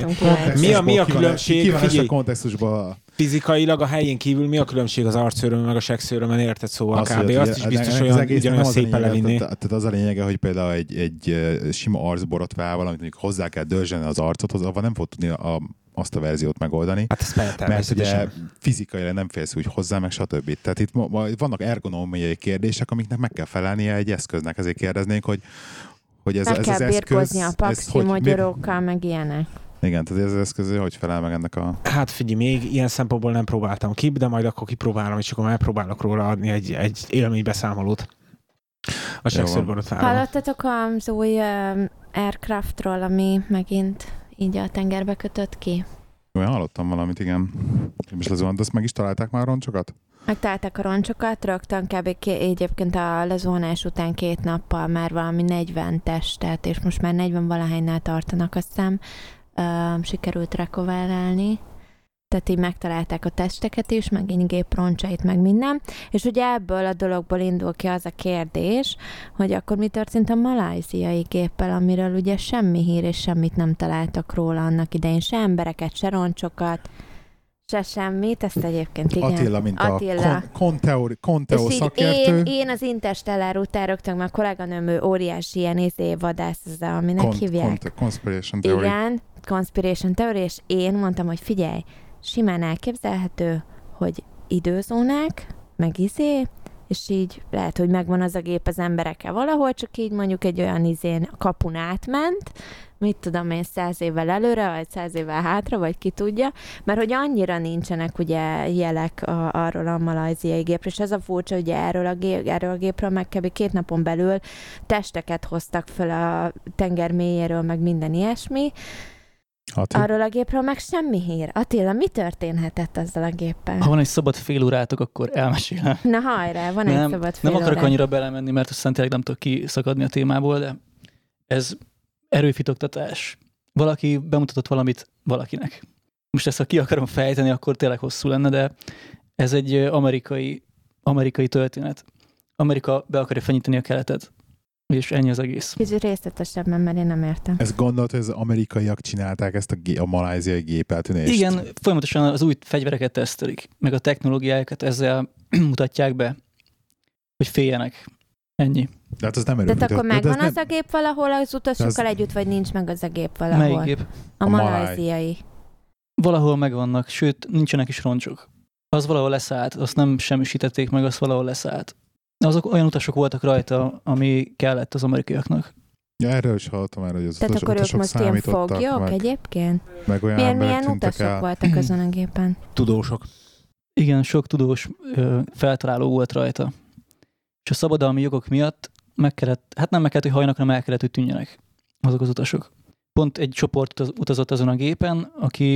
Mi a különbség? Kivan a kontextusban. Fizikailag a helyén kívül mi a különbség az arcszőrömmel meg a seggszőrömmel, érted? Szóval azt, kb. Azt is biztos olyan szépen levinni. Tehát az a lényege, hogy például egy sima arcborotvával, amit mondjuk hozzá kell dörzsölni az arcot, avval nem fog tudni azt a verziót megoldani. Hát ez mert ugye fizikailag nem félsz úgy hozzá, meg stb. Tehát itt vannak ergonómiai kérdések, amiknek meg kell felelnie egy eszköznek. Ezért kérdeznénk, hogy ez az eszköz... birkózni a paksi magyarókkal, meg ilyenek. Igen, tehát ez az eszköz, hogy felel meg ennek a... Hát figyelj, még ilyen szempontból nem próbáltam ki, de majd akkor kipróbálom, és akkor megpróbálok róla adni egy élménybeszámolót. A seggszőrborotváról. Hallottatok az új Aircraftról, ami megint így a tengerbe kötött ki? Olyan hallottam valamit, igen. És lezuhant, azt meg is találták már a roncsokat? Megtalálták a roncsokat, rögtön kb. Egyébként a lezuhanás után 2 nappal már valami 40 testet, és most már 40 valahánynál tartanak, azt hiszem, sikerült recoverálni. Tehát így megtalálták a testeket is, meg így géproncsait, meg minden. És ugye ebből a dologból indul ki az a kérdés, hogy akkor mi történt a malajziai géppel, amiről ugye semmi hír és semmit nem találtak róla annak idején. Se embereket, se roncsokat, se semmit. Ezt egyébként igen. Attila, mint Attila. A Conteo szakértő. Én az Interstellar után rögtön, mert a kolléganőm ő óriási ilyen vadász, aminek hívják. Conspiracy Theory. Igen, Conspiracy Theory, és én mondtam, hogy figyelj, simán elképzelhető, hogy időzónák, meg és így lehet, hogy megvan az a gép az emberekkel valahol, csak így mondjuk egy olyan kapun átment, mit tudom én, 100 évvel előre, vagy 100 évvel hátra, vagy ki tudja, mert hogy annyira nincsenek ugye jelek arról a malajziai gépről, és az a furcsa, hogy erről a gépről meg kb. 2 napon belül testeket hoztak föl a tenger mélyéről, meg minden ilyesmi. Arról a gépről meg semmi hír. Attila, mi történhetett ezzel a géppel? Ha van egy szabad fél órátok, akkor elmesélem. Na hajrá, van egy szabad fél Nem akarok órát. annyira belemenni, mert aztán tényleg nem tudok kiszakadni a témából, de ez erőfitoktatás. Valaki bemutatott valamit valakinek. Most ezt, ha ki akarom fejteni, akkor tényleg hosszú lenne, de ez egy amerikai történet. Amerika be akarja fenyíteni a keletet. És ennyi az egész. Kicsit részletesebben, mert én nem értem. Ezt gondolt, hogy az amerikaiak csinálták ezt a maláziai gépeltűnést? Igen, folyamatosan az új fegyvereket tesztelik, meg a technológiákat ezzel mutatják be, hogy féljenek. Ennyi. De hát az nem Tehát akkor megvan az a gép valahol az utasokkal együtt, vagy nincs meg az a gép valahol? Melyik gép? A malajziai. valahol megvannak, sőt, nincsenek is roncsok. Az valahol leszállt, azt nem semmisítették meg, az valahol leszállt. Azok olyan utasok voltak rajta, ami kellett az amerikaiaknak. Ja, erről is hallottam már, hogy az Tehát akkor ők most ilyen számítottak, foglyok egyébként? meg olyan Milyen utasok voltak azon a gépen? Tudósok. Igen, sok tudós feltaláló volt rajta. És a szabadalmi jogok miatt meg kellett, hogy hajnak, hanem el kellett, hogy tűnjenek azok az utasok. Pont egy csoport utazott azon a gépen,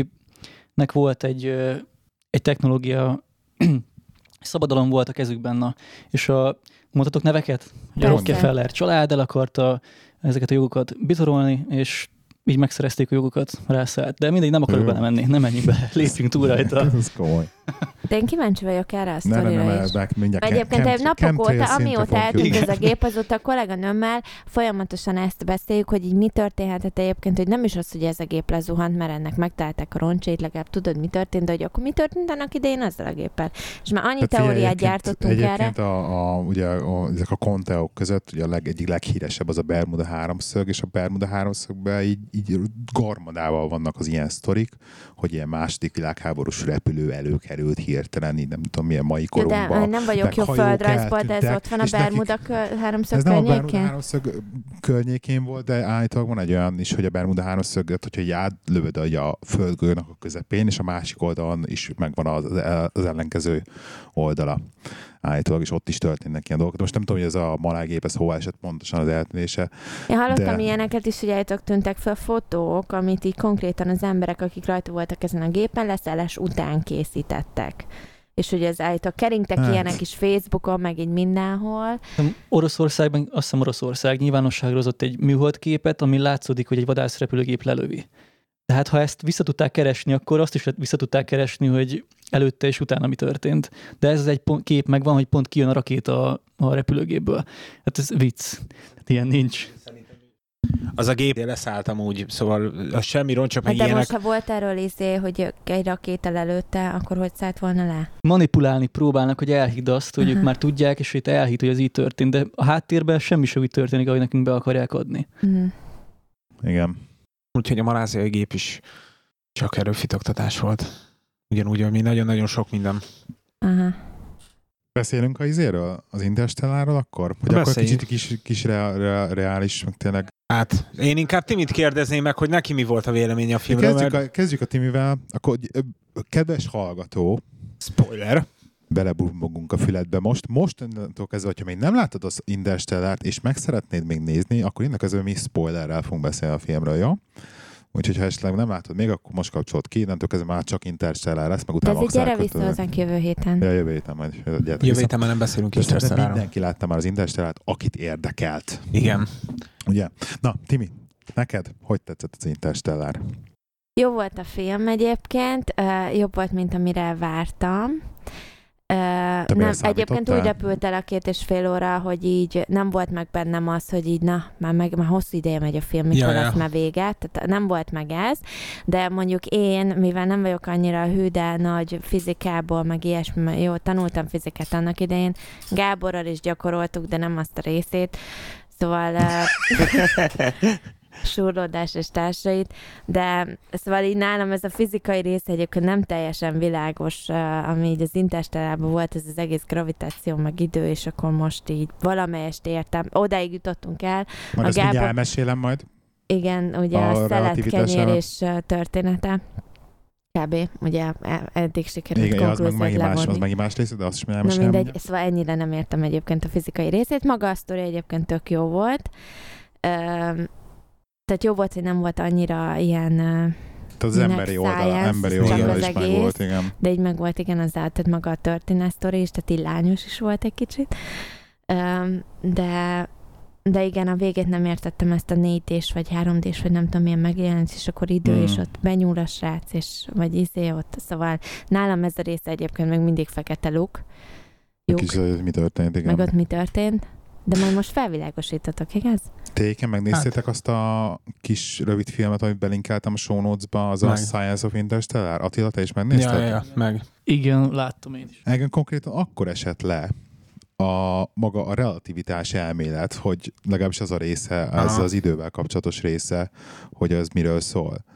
akinek volt egy technológia, szabadalom volt a kezükben, és mondhatok neveket? A Rockefeller család el akarta ezeket a jogokat bitorolni, és így megszerezték a jogokat, rászállt. De mindegy, nem akarok belemenni, nem menjünk be, lépjünk túl rajta. Ez komoly. De én kíváncsi vagyok erre a sztorira is. Egyébként napok óta, amióta eltűnt ez a gép, azóta a kolléganőmmel folyamatosan ezt beszéljük, hogy így mi történhetett egyébként, hogy nem is az, hogy ez a gép lezuhant, mert ennek megtalálták a roncsait, legalább tudod, mi történt, de hogy akkor mi történt annak idején azzal a géppel. És már annyi teóriát gyártottunk erre. Egyébként ugye ezek a konteók között ugye egyik leghíresebb az a Bermuda háromszög, és a Bermuda háromszögben így garmadával vannak az ilyen sztorik, hogy ilyen második világháborús repülő előkerült hirtelen, így nem tudom milyen mai korunkban. De nem vagyok jó földrajzban, de ez ott van a Bermuda háromszög környékén? Ez nem a Bermuda háromszög környékén volt, de állítólag van egy olyan is, hogy a Bermuda háromszöget, hogyha így átlövöd a földgőnek a közepén, és a másik oldalon is megvan az ellenkező oldala. Állítólag, és ott is történnek ilyen dolgok. Most nem tudom, hogy ez a malágép, ez hol esett pontosan az eltűnése. Én hallottam ilyeneket is, hogy állítólag tűntek fel fotók, amit így konkrétan az emberek, akik rajta voltak ezen a gépen, leszállás után készítettek. És hogy ez állítólag keringtek ilyenek is Facebookon, meg így mindenhol. Oroszországban, azt hiszem Oroszország nyilvánosságra hozott egy műholdképet, ami látszódik, hogy egy vadászrepülőgép lelövi. Tehát ha ezt vissza tudták keresni, akkor azt is vissza tudták keresni, hogy előtte és utána mi történt. De ez egy kép megvan, hogy pont kijön a rakéta a repülőgépből. Hát ez vicc. Hát ilyen nincs. Az a gép leszálltam úgy, szóval az semmi roncsok meg de ilyenek. most, ha volt erről hogy egy rakéta előtte, akkor hogy szállt volna le? Manipulálni próbálnak, hogy elhidd azt, hogy ők már tudják, és hogy elhidd, hogy ez így történt. De a háttérben semmi sem úgy történik, ahogy nekünk be akarják adni. Igen. Úgyhogy a maláziai gép is csak erőfitoktatás volt. Ugyanúgy, ami nagyon-nagyon sok minden. Aha. Beszélünk az Interstellárról akkor? Hogy akkor kicsit reális, meg tényleg. Hát, én inkább Timit kérdezném meg, hogy neki mi volt a véleménye a filmről. Kezdjük a Timivel. Akkor, kedves hallgató, spoiler, belebumbogunk a füledbe mostantól kezdve, hogyha még nem láttad az Interstellárt, és meg szeretnéd még nézni, akkor innen közben mi spoilerrel fogunk beszélni a filmről, jó? Úgyhogy ha esetleg nem látod még, akkor most kapcsolod ki, innentől kezdve már csak Interstellár lesz, meg utána de ez gyere vissza hozzánk jövő héten. Ja, jövő héten majd. Jövő héten már nem beszélünk Interstellárról. Mindenki látta már az Interstellárt, akit érdekelt. Igen. Ugye? Na, Timi, neked hogy tetszett az Interstellár? Jó volt a film egyébként, jobb volt, mint amire vártam. Nem, egyébként úgy repült el a 2,5 óra, hogy így nem volt meg bennem az, hogy így már hosszú ideje megy a film, mikor lesz már vége, tehát nem volt meg ez, de mondjuk én, mivel nem vagyok annyira hű, de nagy fizikából, meg ilyesmi, jó, tanultam fizikát annak idején, Gáborral is gyakoroltuk, de nem azt a részét, szóval súrlódás és társait, de szóval így nálam ez a fizikai része egyébként nem teljesen világos, ami így az Interstellárban volt, ez az egész gravitáció, meg idő, és akkor most így valamelyest értem. Odáig jutottunk el. Majd ezt mindjárt elmesélem majd. Igen, ugye a szeletkenyérés története. Kb. Ugye eddig sikerült konklúziót levonni. Az megint más része, de azt is elmesélem. Na mindegy, szóval ennyire nem értem egyébként a fizikai részét. Maga a sztori egyébként tök jó volt. Tehát jó volt, hogy nem volt annyira ilyen az emberi oldal is meg volt, igen. De így meg volt, igen, tehát maga a történet sztori is, tehát így lányos is volt egy kicsit. De igen, a végét nem értettem ezt a 4D-s, vagy 3D-s, vagy nem tudom milyen megjelenés, és akkor idő, és ott benyúl a srác, és vagy ott. Szóval nálam ez a része egyébként meg mindig fekete luk. Mi történt, igen. Meg ott mi történt. De majd most felvilágosítatok, igaz? Téken megnéztétek azt a kis rövid filmet, amit belinkeltem a show notes-ba, az a Science of Interstellar? Attila, te is megnézted? Ja, meg. Igen, láttam én is. Igen, konkrétan akkor esett le maga a relativitás elmélet, hogy legalábbis az a része, ez az idővel kapcsolatos része, hogy az miről szól.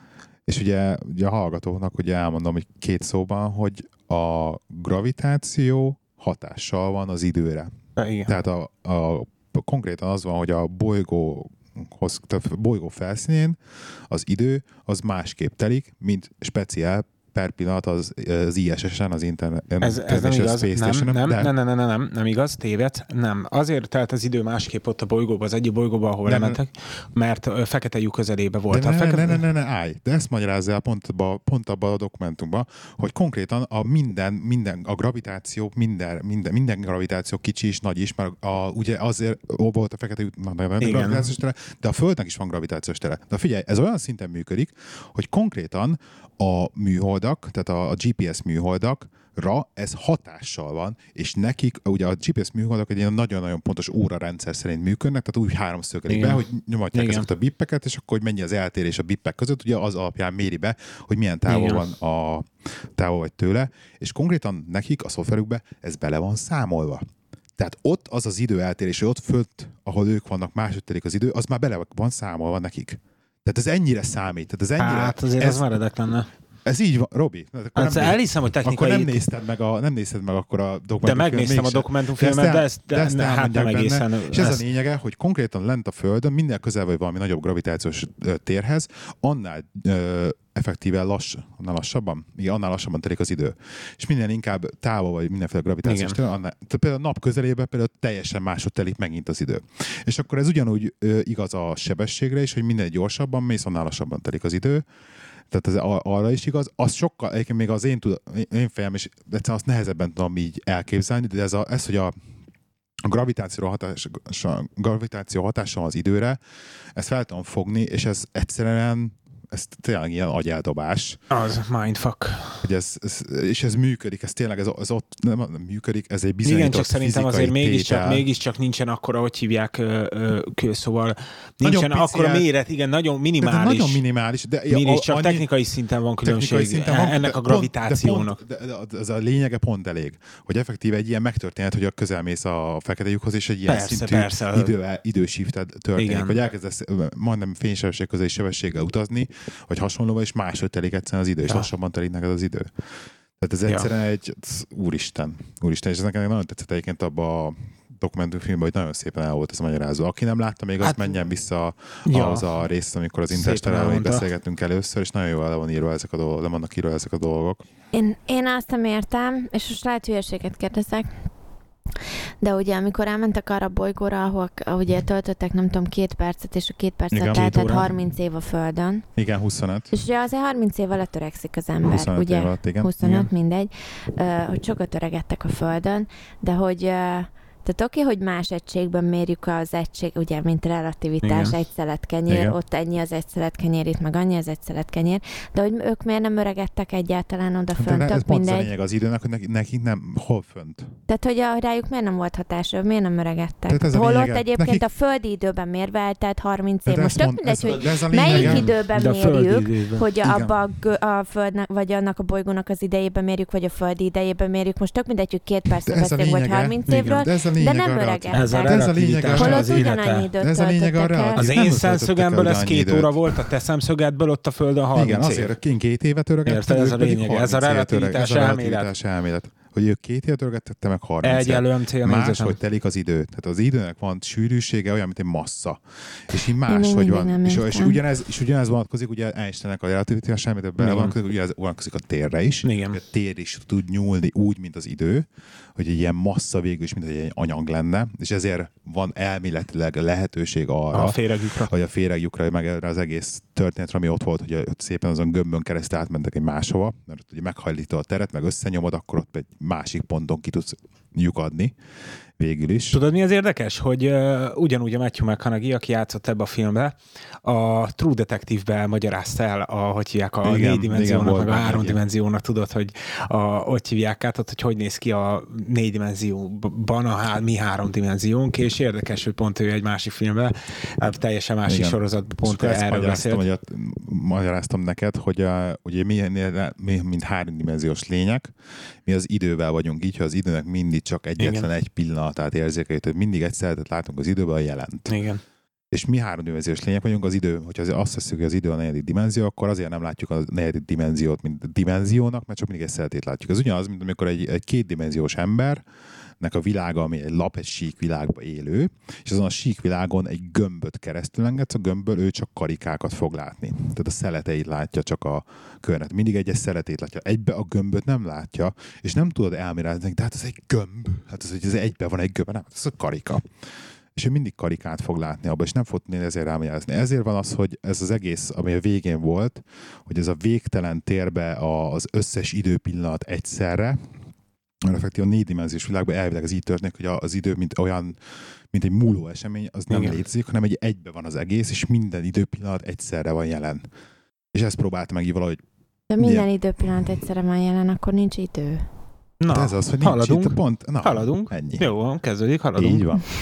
És ugye a hallgatóknak ugye elmondom, hogy 2 szóban, hogy a gravitáció hatással van az időre. Igen. Tehát konkrétan az van, hogy a tehát a bolygó felszínén az idő az másképp telik, mint speciál per pillanat az ISS-en, az Ez nem igaz. Nem igaz, tévedsz. Nem. Azért telt az idő másképp ott a bolygóban, az egyik bolygóban, ahol lementek, mert fekete lyuk közelébe volt. Állj. De ezt magyarázza el pont abban a dokumentumban, hogy konkrétan a gravitáció, minden gravitáció kicsi is, nagy is, mert ugye azért volt a fekete lyuknak gravitációs tere, de a Földnek is van gravitációs tere. De figyelj, ez olyan szinten működik, hogy konkrétan a műholdak, tehát a GPS műholdakra ez hatással van, és nekik, ugye a GPS műholdak egy ilyen nagyon-nagyon pontos órarendszer szerint működnek, tehát úgy háromszögelik be, hogy nyomatják ezeket a bippeket, és akkor hogy mennyi az eltérés a bippek között, ugye az alapján méri be, hogy milyen távol van távol vagy tőle, és konkrétan nekik a szoftverükbe ez bele van számolva. Tehát ott az az idő eltérés, hogy ott fönt, ahol ők vannak, máshogy telik az idő, az már bele van számolva nekik. Tehát ez ennyire számít. Tehát ez ennyire, hát azért ez maradek lenne. Ez így van, Robi. Hát elhiszem, hogy technikai... Akkor nem nézted meg akkor a dokumentumfilmet. De megnéztem a dokumentumfilmet, de ezt hát nem egészen... És ez a lényege, hogy konkrétan lent a Földön, minél közel vagy valami nagyobb gravitációs térhez, annál effektíve annál lassabban telik az idő. És minél inkább távol vagy mindenféle gravitációs tér, annál, például a nap közelében például teljesen máshogy telik megint az idő. És akkor ez ugyanúgy igaz a sebességre is, hogy minél gyorsabban mész, annál lassabban telik az idő. Tehát ez arra is igaz. Az sokkal, egyébként még az én fejem is, egyszerűen azt nehezebben tudom így elképzelni, de ez hogy a gravitáció hatása az időre, ezt fel tudom fogni, és ez egyszerűen ez tényleg ilyen agyeldobás. Az mindfuck. Hogy és ez működik, ez tényleg ez ott nem működik, ez egy bizonyított igen, csak szerintem azért mégiscsak nincsen akkora, hogy hívják, szóval nincsen akkora méret, igen, nagyon minimális. De nagyon minimális. De csak technikai szinten van különbség ennek a gravitációnak. De ez a lényege pont elég, hogy effektíve egy ilyen megtörténhet, hogy persze a fekete lyukhoz, és egy ilyen szintű idősíftet történik, hogy elkezdesz majdnem fénysebesség közeli sebességgel utazni, vagy hasonlóval, és máshogy telik egyszerűen az idő, és lassabban telik neked az idő. Tehát ez egyszerűen egy úristen, és ez nekem nagyon tetszett egyébként abban a dokumentumfilmben, hogy nagyon szépen el volt ez magyarázó. Aki nem látta még, azt menjen vissza ahhoz a részt, amikor az Interstellarról beszélgettünk először, és nagyon jól le vannak írva ezek a dolgok. Én azt nem értem, és most lehet hülyeséget kérdezek, de ugye amikor elmentek arra a bolygóra, ahol ugye töltöttek nem tudom 2 percet, és a 2 percet eltelt 30 év a Földön. Igen, 25. És ugye azért 30 év alatt törekszik az ember, 25 ugye? Év alatt, igen. 25, igen. mindegy. Hogy sokat öregedtek a Földön, de hogy... Tehát oké, hogy más egységben mérjük az egység, ugye, mint relativitás, igen. Egy szelet kenyér, igen. Ott ennyi az egy szelet kenyér, itt meg annyi az egy szelet kenyér, de hogy ők miért nem öregedtek egyáltalán oda fönt? Ez pont a lényeg az időnek, hogy nekik nem, hol fönt. Tehát, hogy rájuk miért nem volt hatása, miért nem öregedtek? Holott egyébként nekik... a földi időben mérve eltelt 30 év. Most tök mindegy, hogy melyik időben mérjük, hogy abba a Földnek, vagy annak a bolygónak az idejében mérjük, vagy a földi idejében mérjük. Most tök mindegy, hogy 2 percet beszélünk, vagy 30 évről. De nem öregedtek. Ez a lényeg az ugyanannyi időt töltöttek el. Az én szemszögemből ez 2 óra volt, a te szemszögedből ott a Földön 30 év. Igen, azért 2 évet öregedtek. Ez a lényeg, ez a relativitás elmélet. Hogy ők 2 évet öregedette meg 30 egyelően máshogy telik az idő. Tehát az időnek van sűrűsége olyan, mint egy massza. És így máshogy van. És ugyanez vonatkozik, ugye Einsteinnek a relativitás elméletben vonatkozik, ugye ez vonatkozik a térre is. Igen. A tér is tud nyúlni úgy, mint az idő, hogy egy ilyen massza végül is, mint egy anyag lenne, és ezért van elméletileg lehetőség arra, hogy a féregjukra, meg erre az egész történetre, ami ott volt, hogy ott szépen azon gömbön keresztül átmentek egy máshova, mert ugye meghajlítod a teret, meg összenyomod, akkor ott egy másik ponton ki tudsz lyukadni végül is. Tudod, mi az érdekes? Hogy ugyanúgy a Matthew McConaughey, aki játszott ebbe a filmbe, a True Detective-be elmagyarázta el, hogy hívják a 4 dimenziónak, meg a 3 dimenziónak, tudod, hogy hogy hívják át, hogy néz ki a 4 dimenzióban mi 3 dimenziónk, és érdekes, hogy pont ő egy másik filmben, teljesen másik sorozatban pont erről beszélt. Magyaráztam neked, hogy ugye mi mint 3 dimenziós lények, mi az idővel vagyunk így, hogy az időnek mindig csak egyetlen egy pillanatát érzékeljük, hogy mindig egy szeletet látunk az időben, a jelent. Igen. És mi háromdimenziós lények vagyunk, az idő, hogyha azt veszük, hogy az idő a negyedik dimenzió, akkor azért nem látjuk a negyedik dimenziót, mint dimenziónak, mert csak mindig egy szeletét látjuk. Ez ugyanaz, mint amikor egy kétdimenziós embernek a világa, ami egy lap, egy sík világba élő, és azon a sík világon egy gömböt keresztül engedsz, a gömbből ő csak karikákat fog látni. Tehát a szeleteit látja csak a körnet. Mindig egy szeletét látja. Egybe a gömböt nem látja, és nem tudod elmélezni, de hát ez egy gömb. Hát ez egybe van egy gömb, nem, ez a karika. És ő mindig karikát fog látni abban, és nem fog tudni ezért rámagyarázni. Ezért van az, hogy ez az egész, ami a végén volt, hogy ez a végtelen térbe az összes időpillanat egyszerre, mert effektív a 4-dimenziós világban elvileg az így történik, hogy az idő mint egy múló esemény, az nem létezik, hanem egybe van az egész, és minden időpillanat egyszerre van jelen. És ezt próbáltam meg így valahogy... De minden időpillanat egyszerre van jelen, akkor nincs idő. Na, de ez az, hogy haladunk, nincs itt pont. Na, haladunk. Ennyi. Jó, kezdődik, haladunk. Így van.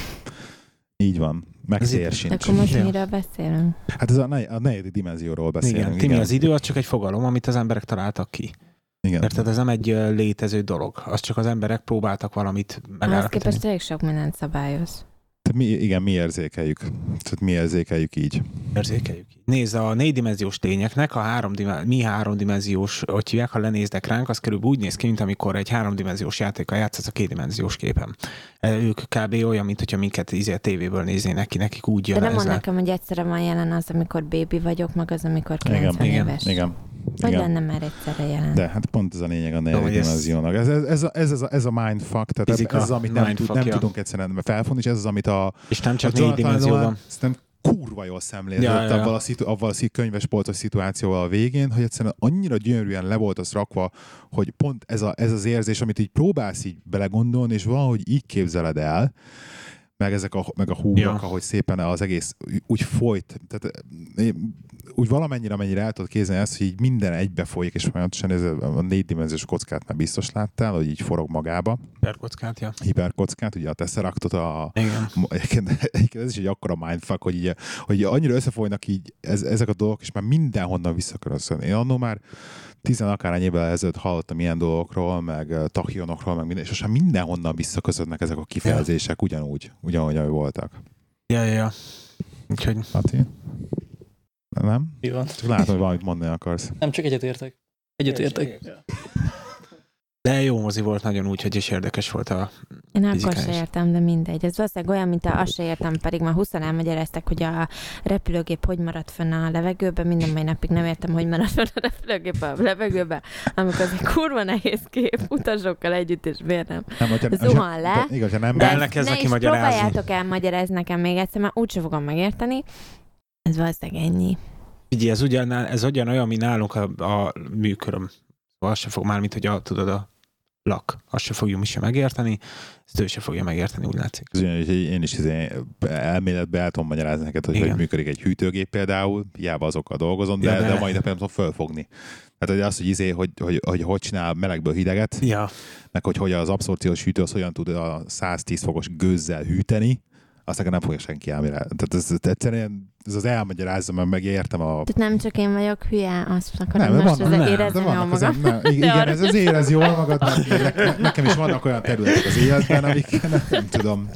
Így van. Meg tér sincs. Akkor most miről beszélünk? Hát ez a negyedik dimenzióról beszélünk. Igen, Timi, az idő az csak egy fogalom, amit az emberek találtak ki. Igen. Érted, ez nem egy létező dolog. Az csak az emberek próbáltak valamit megállapítani. Ahhoz képest elég sok mindent szabályoz. Mi érzékeljük. Tehát mi érzékeljük így. Érzékeljük így. Nézd, a 4-dimenziós lényeknek mi 3-dimenziós, hogy hívják, ha lenéznek ránk, az körülbelül úgy néz ki, mint amikor egy 3-dimenziós játékkal játszasz a 2-dimenziós képen. Ők kb. Olyan, mint hogyha minket tévéből néznének ki, nekik úgy jön. De nem mond nekem, hogy egyszerre van jelen az, amikor bébi vagyok, meg az, amikor 90 éves. Igen. Hogy lenne már egyszerre jelen? De hát pont ez a lényeg a negyedik dimenziónak. Ez a mindfuck, tehát fizika, ez az, amit nem tudunk egyszerűen felfogni, és ez az, amit és nem csak 4 dimenzióban. Kurva jól szemlélődött avval a könyvespolcos szituációval a végén, hogy egyszerűen annyira gyönyörűen le volt az rakva, hogy pont ez az érzés, amit így próbálsz így belegondolni, és valahogy így képzeled el, meg a húgyak, ahogy szépen az egész úgy folyt. Tehát úgy valamennyire, amennyire el tudod képzelni ezt, hogy így minden egybe folyik, és folyamatosan ez a 4-dimenziós kockát már biztos láttál, hogy így forog magába. Hiperkockát, ja. Hiperkockát, ugye a Tesseractot Igen. Ez is egy akkora mindfuck, hogy annyira összefolynak így ezek a dolgok, és már mindenhonnan visszakörözön. Én annól már 10 akárhány évvel ezelőtt hallottam ilyen dolgokról, meg tachionokról, meg minden, és most már mindenhonnan visszaközödnek ezek a kifejezések ugyanúgy, ahogy voltak. Ja. Úgyhogy... Mati? Nem? Mi van? Csak látom, hogy valamit mondani akarsz. Nem, csak egyetértek. Egyetértek. De jó mozi volt nagyon úgy, hogy is érdekes volt a Én akkor se értem, de mindegy. Ez valószínűleg olyan, mint azt se értem, pedig már 20-an elmagyarázták, hogy a repülőgép hogy maradt fönn a levegőben. Minden mai napig nem értem, hogy maradt fönn a repülőgép a levegőben, amikor az egy kurva nehéz kép utasokkal együtt, és miért nem zuhan le. De elkezdek kimagyarázni. Próbáljátok elmagyarázni nekem még egyszer, mert úgyse fogom megérteni. Ez valószínűleg ennyi. Ugye ez olyan, mint nálunk a műköröm. Azt se fog már, mint hogy tudod, a lak. Azt se fogjuk mi sem megérteni, ezt ő se fogja megérteni, úgy látszik. Én is elméletben el tudom magyarázni neked, hogy működik egy hűtőgép például, hiába azokkal dolgozom, de a mai napján nem tudom fölfogni. Tehát az, hogy csinál melegből hideget, meg hogy az abszorpciós hűtő az hogyan tud a 110 fokos gőzzel hűteni, azt nekem nem fogja senki elmélni. Tehát egyszerűen ez az elmagyarázom, mert megértem a... Tehát nem csak én vagyok hülye, azt akarom most érezni jól magam. Igen, ez érez jól magad, nekem is vannak olyan területek az életben, amik nem tudom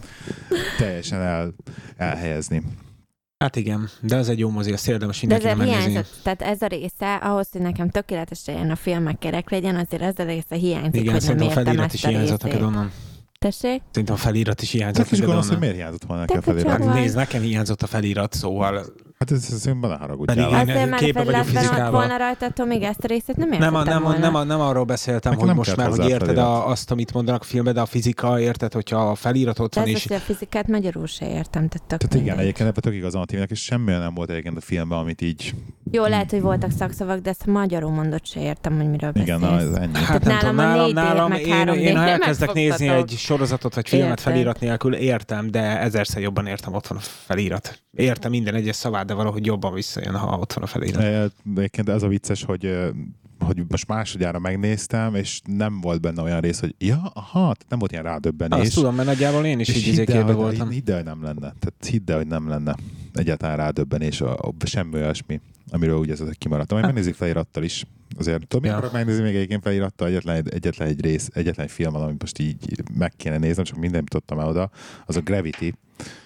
teljesen elhelyezni. Hát igen, de ez egy jó mozi, azt érdemes mindenkinek megnézni. Tehát ez a része, ahhoz, hogy nekem tökéletesen a filmek kerek legyen, azért ez a része hiányzik, igen, hogy nem értem ezt a részét. Tessék? Szerintem a felirat is hiányzott. Csak is gondolsz, hogy miért hiányzott volna neki a felirat? Hát nézd, nekem hiányzott a felirat, szóval... Hát ez ne haragudjál. Azért már feliratban volna rajta, attól még ezt a részét nem értettem volna. Nem arról beszéltem, hogy most már, hogy érted azt, amit mondanak a filmben, de a fizika, érted, hogyha a felirat ott van is. De a fizikát magyarul se értem, tehát igen, egyébként ebben tök igazán a Timinek, és semmi nem volt egyébként a filmben, amit így... Jó, lehet, hogy voltak szakszavak, de ezt magyarul mondott se értem, hogy miről beszélsz. Igen, ez ennyi. Hát nem tudom, nálam én ha elkezdek nézni egy sorozatot vagy filmet felirat nélkül, értem, de ezerszer jobban értem, ott van a felirat. Értem minden egyes szavát, de valahogy jobban visszajön, ha ott van a felirat. Egyébként ez a vicces, hogy most másodjára megnéztem, és nem volt benne olyan rész, hogy nem volt ilyen rádöbbenés. Azt tudom, mert nagyjából én is így képben voltam. Hidd el, hogy nem lenne. Tehát hidd el, hogy nem lenne egyáltalán rádöbbenés, semmi olyasmi, amiről úgy ez kimaradtam. Majd megnézik felirattal is. Azért tudom, mikor megnézni még egyébként felirattal egyetlen egy rész, egyetlen egy film, amit most így meg kéne néznem, csak mindent tudtam el oda. Az a Gravity.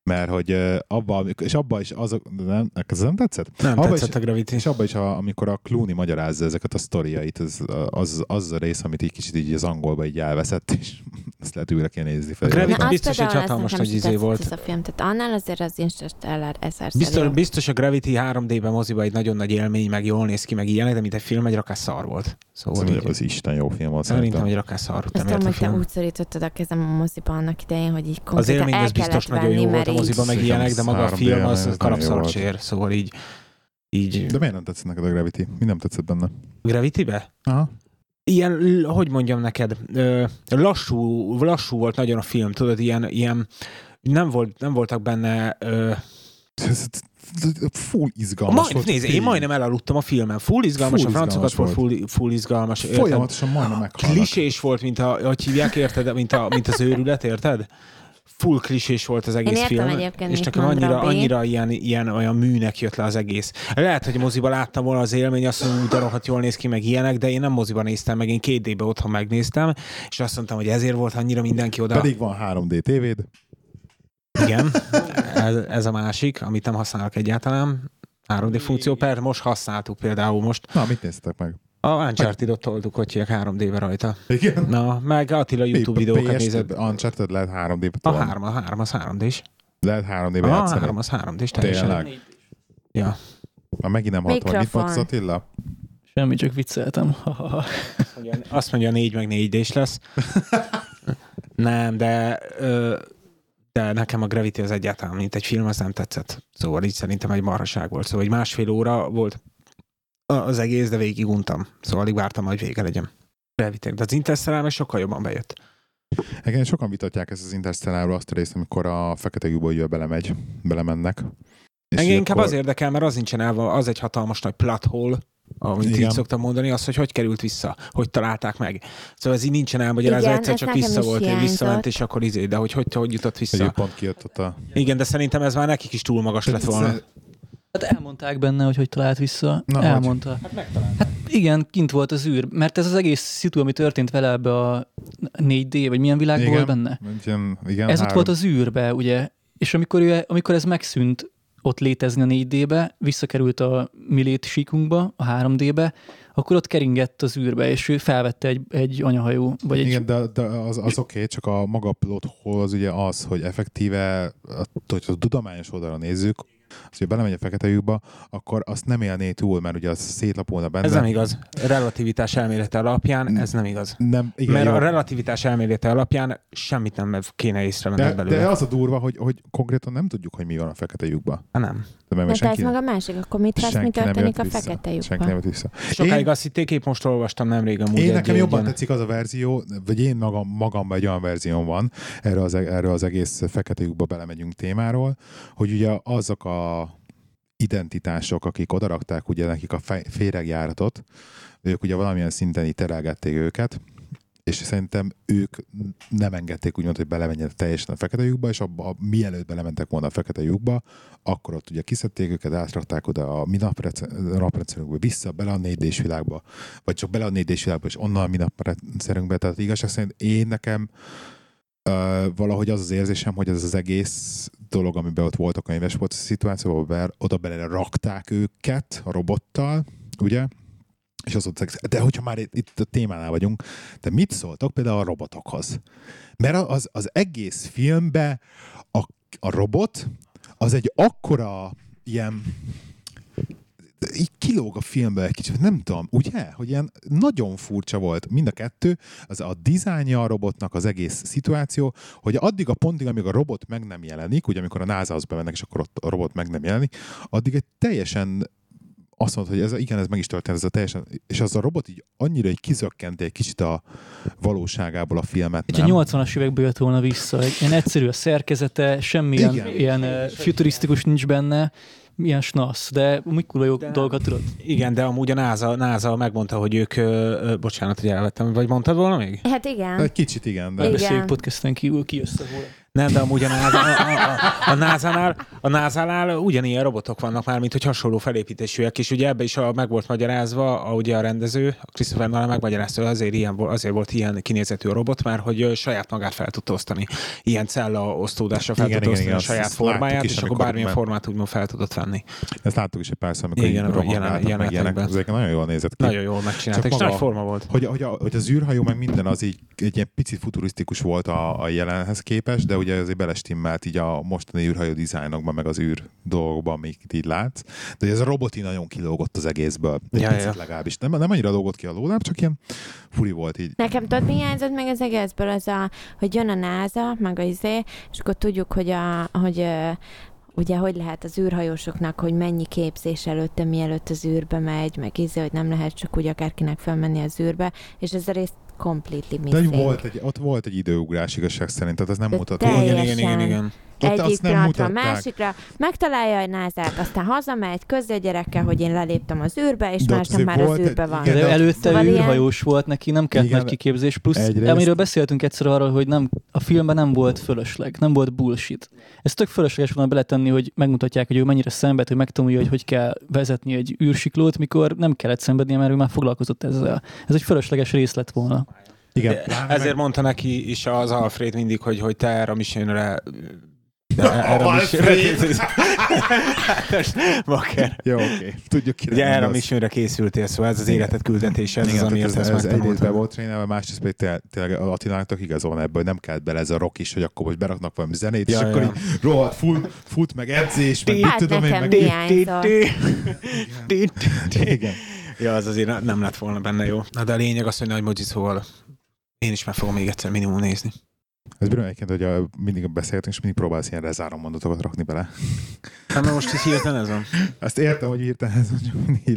Mert hogy abban is azok, nem, ez nem tetszett? Nem abba tetszett is, a Gravity. És abban is, amikor a Clooney magyarázza ezeket a sztoriait, az a rész, amit így kicsit így az angolba így elveszett, és ezt lehet újra kell nézni fel. A Gravity Na, biztos egy hatalmas nagy izé volt. Ez a film, tehát annál azért az Interstellar ezer Biztos a Gravity 3D-ben moziba egy nagyon nagy élmény, meg jól néz ki, meg ilyenek, de mint egy film, egy rakás szar volt. Szóval az Isten jó film volt. Szerintem egy rakás szar. Azt tudom, hogy te úgy szorítottad a kezem a moziba annak idején, hogy így az élmény az biztos nagyon jó volt a moziba, meg ilyenek, de maga a film az kalapszart sér, szóval így... De miért nem tetszett neked a Gravity? Mi nem tetszett benne? Gravity-be? Aha. Ilyen, hogy mondjam neked, lassú volt nagyon a film, tudod, ilyen nem voltak benne... Full izgalmas volt. Nézd, én majdnem elaludtam a filmen. Full izgalmas, a francokat volt full izgalmas. Folyamatosan majdnem meghalnak. Klisés volt, mint hogy hívják, érted? Mint az őrület, érted? Full klisés volt az egész film, és nekem annyira ilyen olyan műnek jött le az egész. Lehet, hogy moziba láttam volna az élmény, azt mondom, de rohadt jól néz ki, meg ilyenek, de én nem moziba néztem meg, én 2D-be otthon megnéztem, és azt mondtam, hogy ezért volt annyira mindenki oda. Pedig van 3D tévéd. Igen, ez a másik, amit nem használok egyáltalán. 3D funkció, most használtuk például most. Na, mit néztetek meg? A Uncharted-ot toltuk, hogy 3D-be rajta. Igen? Na, meg Attila YouTube videókat nézett. Uncharted lehet 3D-be A 3 az 3D-s. Lehet 3D-be játszani. A 3 az 3D-s teljesen. Tényleg? Ja. Már megint nem hallottam, mit mondsz, Attila? Semmi, csak vicceltem. Azt mondja 4 meg 4D-s lesz. Nem, de nekem a Gravity az egyáltalán, mint egy film, az nem tetszett. Szóval így szerintem egy marhaság volt. Szóval egy 1,5 óra volt az egész, de végig untam. Szóval alig vártam, hogy vége legyen. Gravity, de az Interstellar meg sokkal jobban bejött. Igen, sokan vitatják ezt az Interstellarról azt a részt, amikor a fekete lyukba belemennek. Engem inkább az érdekel, mert az nincsen elva, az egy hatalmas nagy plot hole, amit így szoktam mondani, az, hogy került vissza, hogy találták meg. Szóval ez így nincsen elmagyarázva, egyszer csak vissza volt, hogy visszament, és akkor de hogy jutott vissza. Pont kijött ott a... Igen, de szerintem ez már nekik is túl magas lett volna. Hát elmondták benne, hogy talált vissza. Na, elmondta. Hát igen, kint volt az űr, mert ez az egész szitu, ami történt vele ebbe a 4D, vagy milyen világ volt benne? Igen, ez ott volt az űrbe, ugye? És amikor ez megszűnt ott létezni a 4D-be, visszakerült a mi létsíkunkba, a 3D-be, akkor ott keringett az űrbe, és ő felvette egy anyahajó. Vagy igen, de az oké, csak a maga plot hole az ugye az, hogy effektíve, hogy a tudományos oldalra nézzük, az, hogy belemegy a fekete lyukba, akkor azt nem élné túl, mert ugye az szétlapolna benne. Ez nem igaz. Relativitás elmélete alapján ez nem igaz. Nem, igen, mert jó. A relativitás elmélete alapján semmit nem kéne észrevenni belőle. De az a durva, hogy konkrétan nem tudjuk, hogy mi van a fekete lyukban. Nem. De ez meg a másik, akkor mit vesz, mi történik a fekete lyukban? Senki nem vissza. Sokáig azt hitték, épp most olvastam nemrég amúgy. Én nekem jobban tetszik az a verzió, vagy én magamban egy olyan verzióm van, erről az egész fekete lyukba belemegyünk témáról, hogy ugye azok a identitások, akik odarakták ugye nekik a féregjáratot, ők ugye valamilyen szinten így terelgették őket, és szerintem ők nem engedték úgymond, hogy belemenjenek teljesen a fekete lyukba, és mielőtt belementek volna a fekete lyukba, akkor ott ugye kiszedték őket, átrakták oda a mi naprendszerünkbe, vissza bele a 4D-s világba, vagy csak bele a 4D-s világba, és onnan a mi naprendszerünkbe. Tehát igazság szerint nekem valahogy az érzésem, hogy ez az egész dolog, amiben ott voltak a könyves volt a szituációban, oda bele rakták őket a robottal, ugye? És az ott, de hogyha már itt a témánál vagyunk, de mit szóltok például a robotokhoz? Mert az egész filmben a robot az egy akkora ilyen így kilóg a filmben egy kicsit, nem tudom, ugye? Hogy ilyen nagyon furcsa volt mind a kettő, az a dizájnja a robotnak, az egész szituáció, hogy addig a pontig, amíg a robot meg nem jelenik, ugye amikor a NASA-hoz bemennek, és akkor ott a robot meg nem jelenik, addig egy teljesen azt mondta, hogy ez meg is történt, ez a teljesen, és az a robot így annyira így kizökkenti egy kicsit a valóságából a filmet. Egy 80-as évekből jött volna vissza, ilyen egyszerű a szerkezete, semmi ilyen futurisztikus nincs benne, milyen snasz, de mikor jó dolgokat tudod. Igen, de amúgy a NASA megmondta, hogy ők, bocsánat, hogy elvettem, vagy mondtad volna még? Hát igen. Egy kicsit igen. De beszéljük podcasten kívül, ki össze volna. Nem, de amúgy a NASA-nál A NASA-nál ugyanilyen robotok vannak már, mint hogy hasonló felépítésűek, és ugye ebbe is meg volt magyarázva, ugye a rendező, a Christopher Nolan megmagyarázta, hogy azért volt ilyen kinézetű a robot, mert hogy saját magát fel tudta osztani. Ilyen cella osztódásra fel tudta osztani a saját formáját, és akkor bármilyen formát úgymond fel tudott venni. Ezt láttuk is egy párszor, amikor jelenetekben. Ezek nagyon jól nézett ki. Nagyon jól megcsináltak, és nagy forma volt. Hogy az űrhajó meg minden az így egy ilyen picit futurisztikus volt a jelenhez képest, de ugye azért belestimmelt így a mostani űrhajó dizájnokban, meg az űr dolgokban, amiket így látsz. De ez a robot nagyon kilógott az egészből. Picit legalábbis. Nem annyira lógott ki a lóláb, csak ilyen furi volt így. Nekem tudod, mi hiányzott meg az egészből? Hogy jön a NASA, meg és akkor tudjuk, hogy ugye, hogy lehet az űrhajósoknak, hogy mennyi képzés előtte, mielőtt az űrbe megy, meg hogy nem lehet csak úgy akárkinek felmenni az űrbe, és ez a rész completely missing. De ott volt egy időugrás igazság szerint, tehát ez nem mutató. Igen. Egyik pillanatra, másikra megtalálja a NASA-t, aztán hazamegy, közzi a gyerekkel, hogy én leléptem az űrbe, és másnap már az űrbe van. De előtte űrhajós volt neki, nem kellett nagy kiképzés, plusz amiről beszéltünk egyszer arról, hogy a filmben nem volt fölösleg, nem volt bullshit. Ez tök fölösleges volna beletenni, hogy megmutatják, hogy ő mennyire szenved, hogy megtanulja, hogy kell vezetni egy űrsiklót, mikor nem kellett szenvednie, mert ő már foglalkozott ezzel. Ez egy fölösleges rész lett volna. Igen. Ezért mondta neki is az Alfred mindig, hogy te erre a missionre Jó, oké. Tudjuk ki. Ugye erre a missionre készültél, szóval ez az életed küldetése, ez az, amiért ezt megtanultad. Egyrészt be volt trénelve, másrészt pedig tényleg Attilának tök igaza van ebből, hogy nem kellett bele ez a rock is, hogy akkor most beraknak valami zenét, és akkor így rohadt fut, meg edzés, meg mit tudom én, meg... Igen. Ja, az azért nem lett volna benne jó. Na, de a lényeg az, hogy Nagy Mozi, szóval én is meg fogom még egyszer minimum nézni. Ez bírom egyébként, hogy mindig beszélgetünk, és mindig próbálsz ilyen rezárom mondatokat rakni bele. Nem, most így hirtelen ez van. Azt értem, hogy hirtelen ez van, csak mindig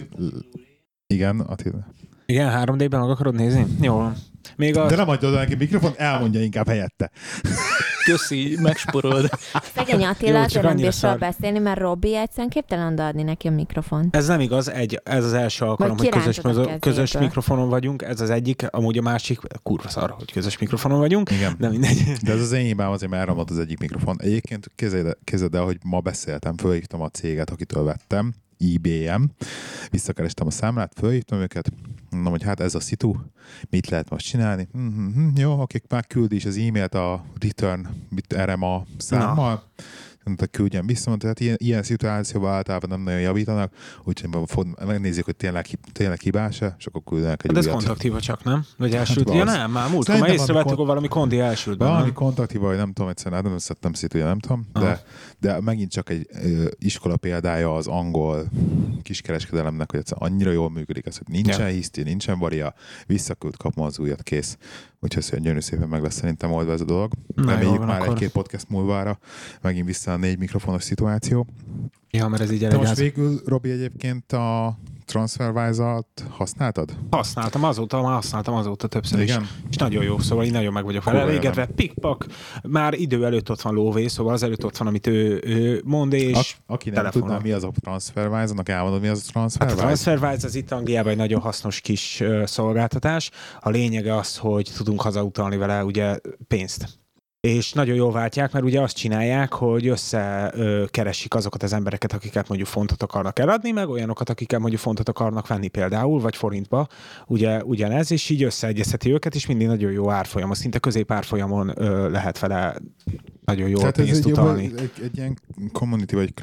igen, Attila. Igen, 3D-ben meg akarod nézni? Jó. De nem adjad neki mikrofon, elmondja inkább helyette. Köszi, megsporolod. Szegény Attila azért nem bír soha beszélni, mert Robi egyszerűen képtelen odaadni neki a mikrofont. Ez nem igaz, ez az első alkalom, hogy közös mikrofonon vagyunk, ez az egyik, amúgy a másik, kurva szar, hogy közös mikrofonon vagyunk, igen. De mindegy. De ez az én hibám, azért már elromlott az egyik mikrofon. Egyébként képzeld el, hogy ma beszéltem, fölhívtam a céget, akitől vettem, IBM, visszakerestem a számlát, fölhívtam őket, mondom, hogy hát ez a szitu, mit lehet most csinálni? Jó, akik már küldi is az e-mailt a return RMA számmal, mondta, küldjem vissza, mondta, tehát ilyen szituációban általában nem nagyon javítanak, úgyhogy megnézzük, hogy tényleg hibás-e, és akkor küldenek egy újat. De ez kontaktíva csak, nem? Vagy elsült? Ja nem, már múltkor már észrevettük, hogy valami kondi elsült. Valami kontaktíva, vagy nem tudom, egyszerűen nem szedtem szituja, nem tudom, de megint csak egy iskola példája az angol kiskereskedelemnek, hogy egyszerűen annyira jól működik ez, hogy nincsen hiszti, nincsen varia, visszaküld, kapom az újat, kész. Úgyhogy gyönyörű szépen meg lesz szerintem oldva ez a dolog. Reméljük már egy-két podcast múlvára megint vissza a 4 mikrofonos szituáció. Ja, mert ez így elég. Te most végül, Robi, egyébként a TransferWise-at használtad? Használtam azóta többször is. És nagyon jó, szóval így nagyon meg vagyok vele elégedve. Pikpak, már idő előtt ott van lóvé, szóval az előtt ott van, amit ő mond, és aki nem tudná, mi az a TransferWise, annak elmondod, mi az a TransferWise? Hát a TransferWise az itt Angliában egy nagyon hasznos kis szolgáltatás. A lényege az, hogy tudunk hazautalni vele ugye pénzt. És nagyon jól váltják, mert ugye azt csinálják, hogy összekeresik azokat az embereket, akiket mondjuk fontot akarnak eladni, meg olyanokat, akiket mondjuk fontot akarnak venni például, vagy forintba, ugye ugyanez, és így összeegyezheti őket, és mindig nagyon jó árfolyamon, szinte középárfolyamon lehet vele nagyon jól pénzt utalni. Egy ilyen community vagy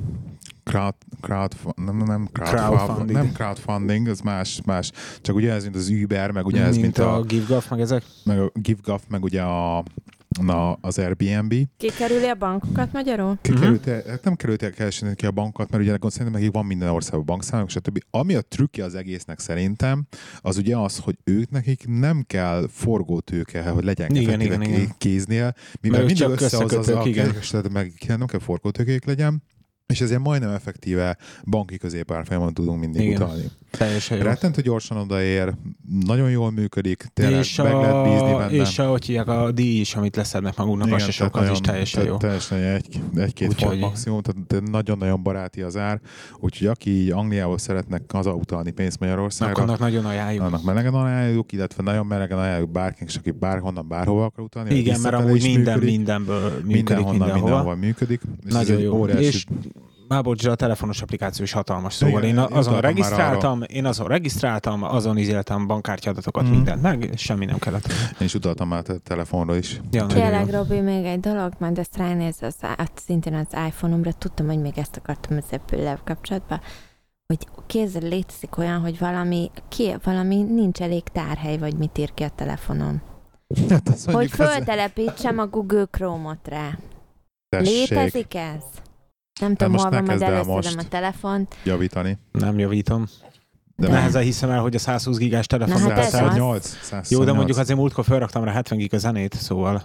crowdfunding, az más. Csak ugye ez, mint az Uber, meg ugye ez, mint a GiveGuff, meg ezek? Meg a GiveGuff, meg ugye az Airbnb. Kikerüli a bankokat magyarul? Nem került el keresni ki a bankokat, mert ugye szerintem nekik van minden országban bankszámok, stb. Ami a trükkje az egésznek szerintem, az ugye az, hogy nekik nem kell forgótőke, hogy legyen kéznél, mivel mindig összehoz az a kereslet, meg nem kell forgótőkék legyen, és ezért majdnem effektíve banki középárfolyamon tudunk mindig utalni. Teljesen jó. Rettentő gyorsan odaér, nagyon jól működik, tényleg meg lehet bízni benne. És ahogy hívják, a díj is, amit leszednek maguknak, az se sok, az is teljesen jó. Teljesen egy-két font maximum, tehát nagyon-nagyon baráti az ár, úgyhogy aki így Angliából szeretnek hazautalni pénzt Magyarországra, annak nagyon ajánljuk. Annak melegen ajánljuk, illetve nagyon melegen ajánljuk bárkinek, aki bárhonnan, bárhova akar utalni. Igen, mert amúgy mindenből működik mindenhol működik. Nagyon jó. És bocs, a telefonos applikáció is hatalmas, szóval én azon regisztráltam, azon izéltem bankkártyadatokat, mindent meg, semmi nem kellett. Én is utaltam már telefonra is. Ja, tényleg, Robi, még egy dolog, majd ezt ránéz szintén az iPhone-omra, tudtam, hogy még ezt akartam az Apple-lel kapcsolatban, hogy kézzel létezik olyan, hogy valami nincs elég tárhely, vagy mit ír ki a telefonon. Hát hogy föltelepítsem a Google Chrome-ot rá. Tessék. Létezik ez? Nem tudom, hol van, majd előszedem a telefont. Javítani. Nem javítom. De nehezen hiszem el, hogy a 120 gigás telefon. 128. Jó, de mondjuk azért múltkor felraktam rá 70 gig a zenét, szóval.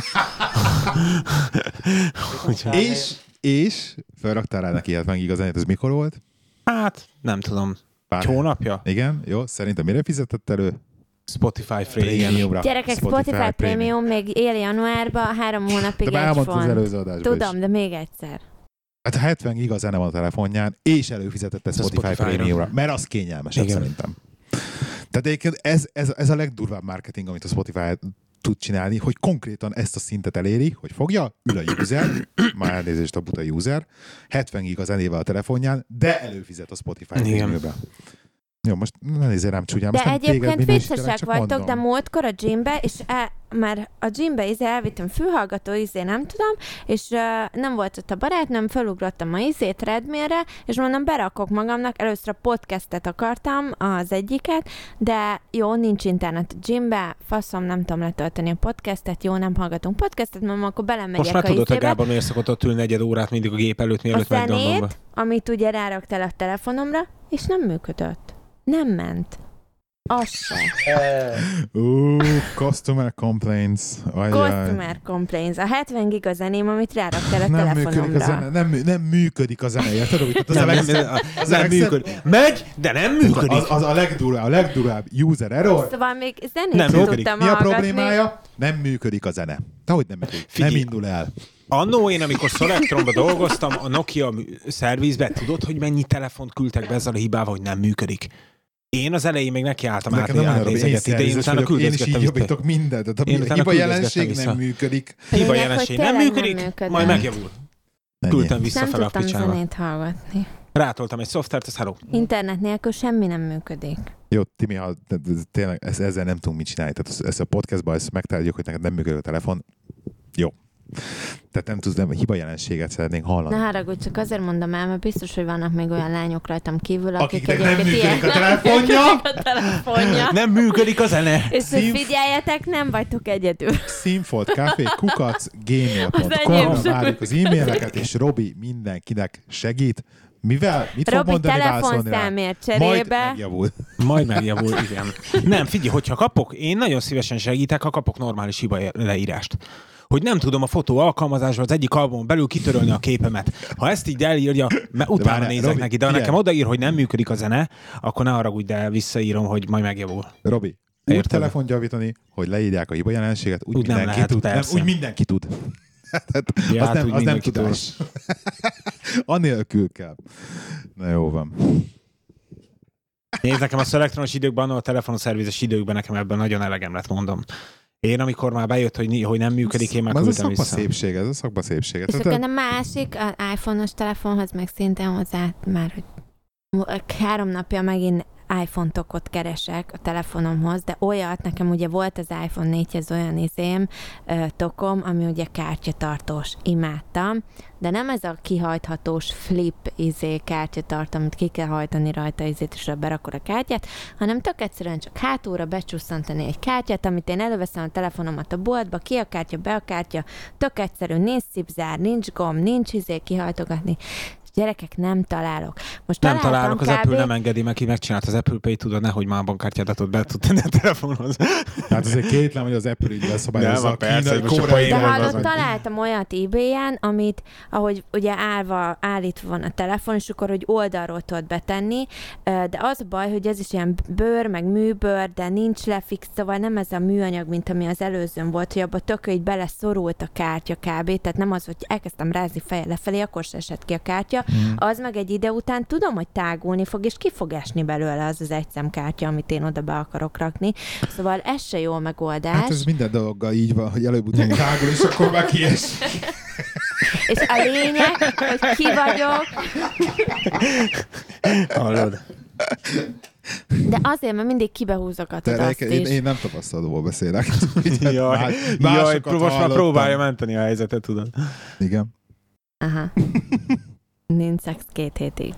és felraktál rá neki 70 gig a zenét, ez mikor volt? Hát, nem tudom. Egy hónapja? Igen, jó. Szerintem mire fizetett elő? Spotify Premium. Gyerekek, Spotify Premium még él januárban, 3 hónapig de egy font. Az előző adásban tudom, is. De még egyszer. Hát 70 gig a zene van a telefonján, és előfizetette Spotify Premiumra, mert az kényelmesebb szerintem. Tehát egyébként ez a legdurvább marketing, amit a Spotify tud csinálni, hogy konkrétan ezt a szintet eléri, hogy fogja, ül a user, már elnézést a buta user, 70 gig a zenével a telefonján, de előfizet a Spotify Premiumra. Jó, most ne nézzél rám csúnyán. De egyébként viccesek vagytok, de múltkor a gymbe, és már a gymbe elvittem fülhallgató, nem tudom, és nem volt ott a barátnőm, felugrottam a Redmire, és mondom, berakok magamnak, először a podcastet akartam, az egyiket, de jó, nincs internet a gymbe, faszom, nem tudom letölteni a podcastet, jó, nem hallgatunk podcastet, mondom, akkor belemegyek most már tudod, hogy Gábor miért szokott ott ülni 4 órát mindig a gép előtt, mielőtt megdondolva. A zenét, amit ugye ráraktál a telefonomra, és nem működött. Nem ment. Az se. Customer complaints. Customer complaints. A 70 gig a zeném, amit ráraktál a telefonomra. Nem működik a zene, érted? Nem működik. Megy, de nem működik. Az a legdurább user error. Szóval még zenét nem tudtam mi a problémája? Nem működik a zene. Dehogy nem működik. Nem indul el. Annó én, amikor Solectronban dolgoztam, a Nokia szervizbe, tudod, hogy mennyi telefont küldtek be ezzel a hibával, hogy nem működik? Én az elején még nekiálltam átnézegetni, de én utána küldözgettem vissza. Én is így mindent. A hiba jelenség nem működik. Hiba jelenség nem működik, majd megjavul. Küldtem visszafele a picsába. Nem tudtam zenét hallgatni. Rátoltam egy szoftvert, ez hello. Internet nélkül semmi nem működik. Jó, Timi, ha tényleg ezzel nem tudunk mit csinálni. Tehát ezt a podcastban ezt megtárgyaljuk, hogy neked nem működik a telefon. Jó. Tehát nem tudsz, hiba jelenséget szeretnénk hallani. Ne haragudj, csak azért mondom el, mert biztos, hogy vannak még olyan lányok rajtam kívül, akiknek nem működik a telefonja. Nem működik a zene. És hogy figyeljetek, nem vagytok egyedül. Színfolt.café@gmail.com várjuk az e-maileket, és Robi mindenkinek segít. Mivel? Mit fog mondani, válaszolni rá? cserébe. Majd megjavul, igen. Nem, figyelj, hogyha kapok, én nagyon szívesen segítek, ha kapok normális hiba leírást. Hogy nem tudom a fotó alkalmazásban az egyik albumon belül kitörölni a képemet. Ha ezt így elírja, mert utána nézek Robi, neki, de ha nekem odaír, hogy nem működik a zene, akkor ne haragudj, de visszaírom, hogy majd megjavul. Robi, úgy telefont javítani, hogy leírják a hiba jelenséget, úgy mindenki tud. Úgy mindenki tud. Az nem tudás. Anélkül kell. Na jó van. Nézd, nekem a elektronos időkben, a telefonszervizes időkben nekem ebben nagyon elegem lett, mondom. Én, amikor már bejött, hogy nem működik, én már küldtem vissza. Ez a szakma szépség. És akkor a másik, az iPhone-os telefonhoz meg szintén hozzá már, hogy 3 napja megint iPhone tokot keresek a telefonomhoz, de olyat, nekem ugye volt az iPhone 4-hez olyan tokom, ami ugye kártyatartós, imádtam, de nem ez a kihajthatós flip kártyatartó, amit ki kell hajtani rajta és berakod a kártyát, hanem tök egyszerűen csak hátulra becsusszantani egy kártyát, amit én előveszem a telefonomat a boltba, ki a kártya, be a kártya, tök egyszerű, nincs szipzár, nincs gomb, nincs kihajtogatni. Gyerekek, nem találok. Most Nem találok, az kb. Apple nem engedi meg, ki megcsinált az Apple Pay, tudod, nehogy már a bankkártyádat be tud tenni a telefonhoz. Hát azért kétlem, hogy az Apple így leszabályozza a kínai koreai. De hallott, találtam olyat eBay-en, ahogy ugye állítva van a telefon, és akkor, hogy oldalról tudod betenni, de az a baj, hogy ez is ilyen bőr, meg műbőr, de nincs lefix, szóval nem ez a műanyag, mint ami az előzőn volt, hogy abba tök, így beleszorult a kártya kb. Tehát nem az, hogy elkezdtem rázni fejjel lefelé, akkor se esett ki a kártya. Az meg egy ide után tudom, hogy tágulni fog, és ki fog esni belőle az egyszemkártya, amit én oda be akarok rakni. Szóval ez se jó megoldás. Hát ez minden dologgal így van, hogy előbb-utóbb tágul, és akkor már kies. És a lényeg, hogy ki vagyok. Hallod? De azért, mert mindig kibehúzogatod azt is. Én nem tapasztalatból beszélek. Jaj, most már próbálja menteni a helyzetet, tudod. Igen. Aha. Nincs szex 2 hétig.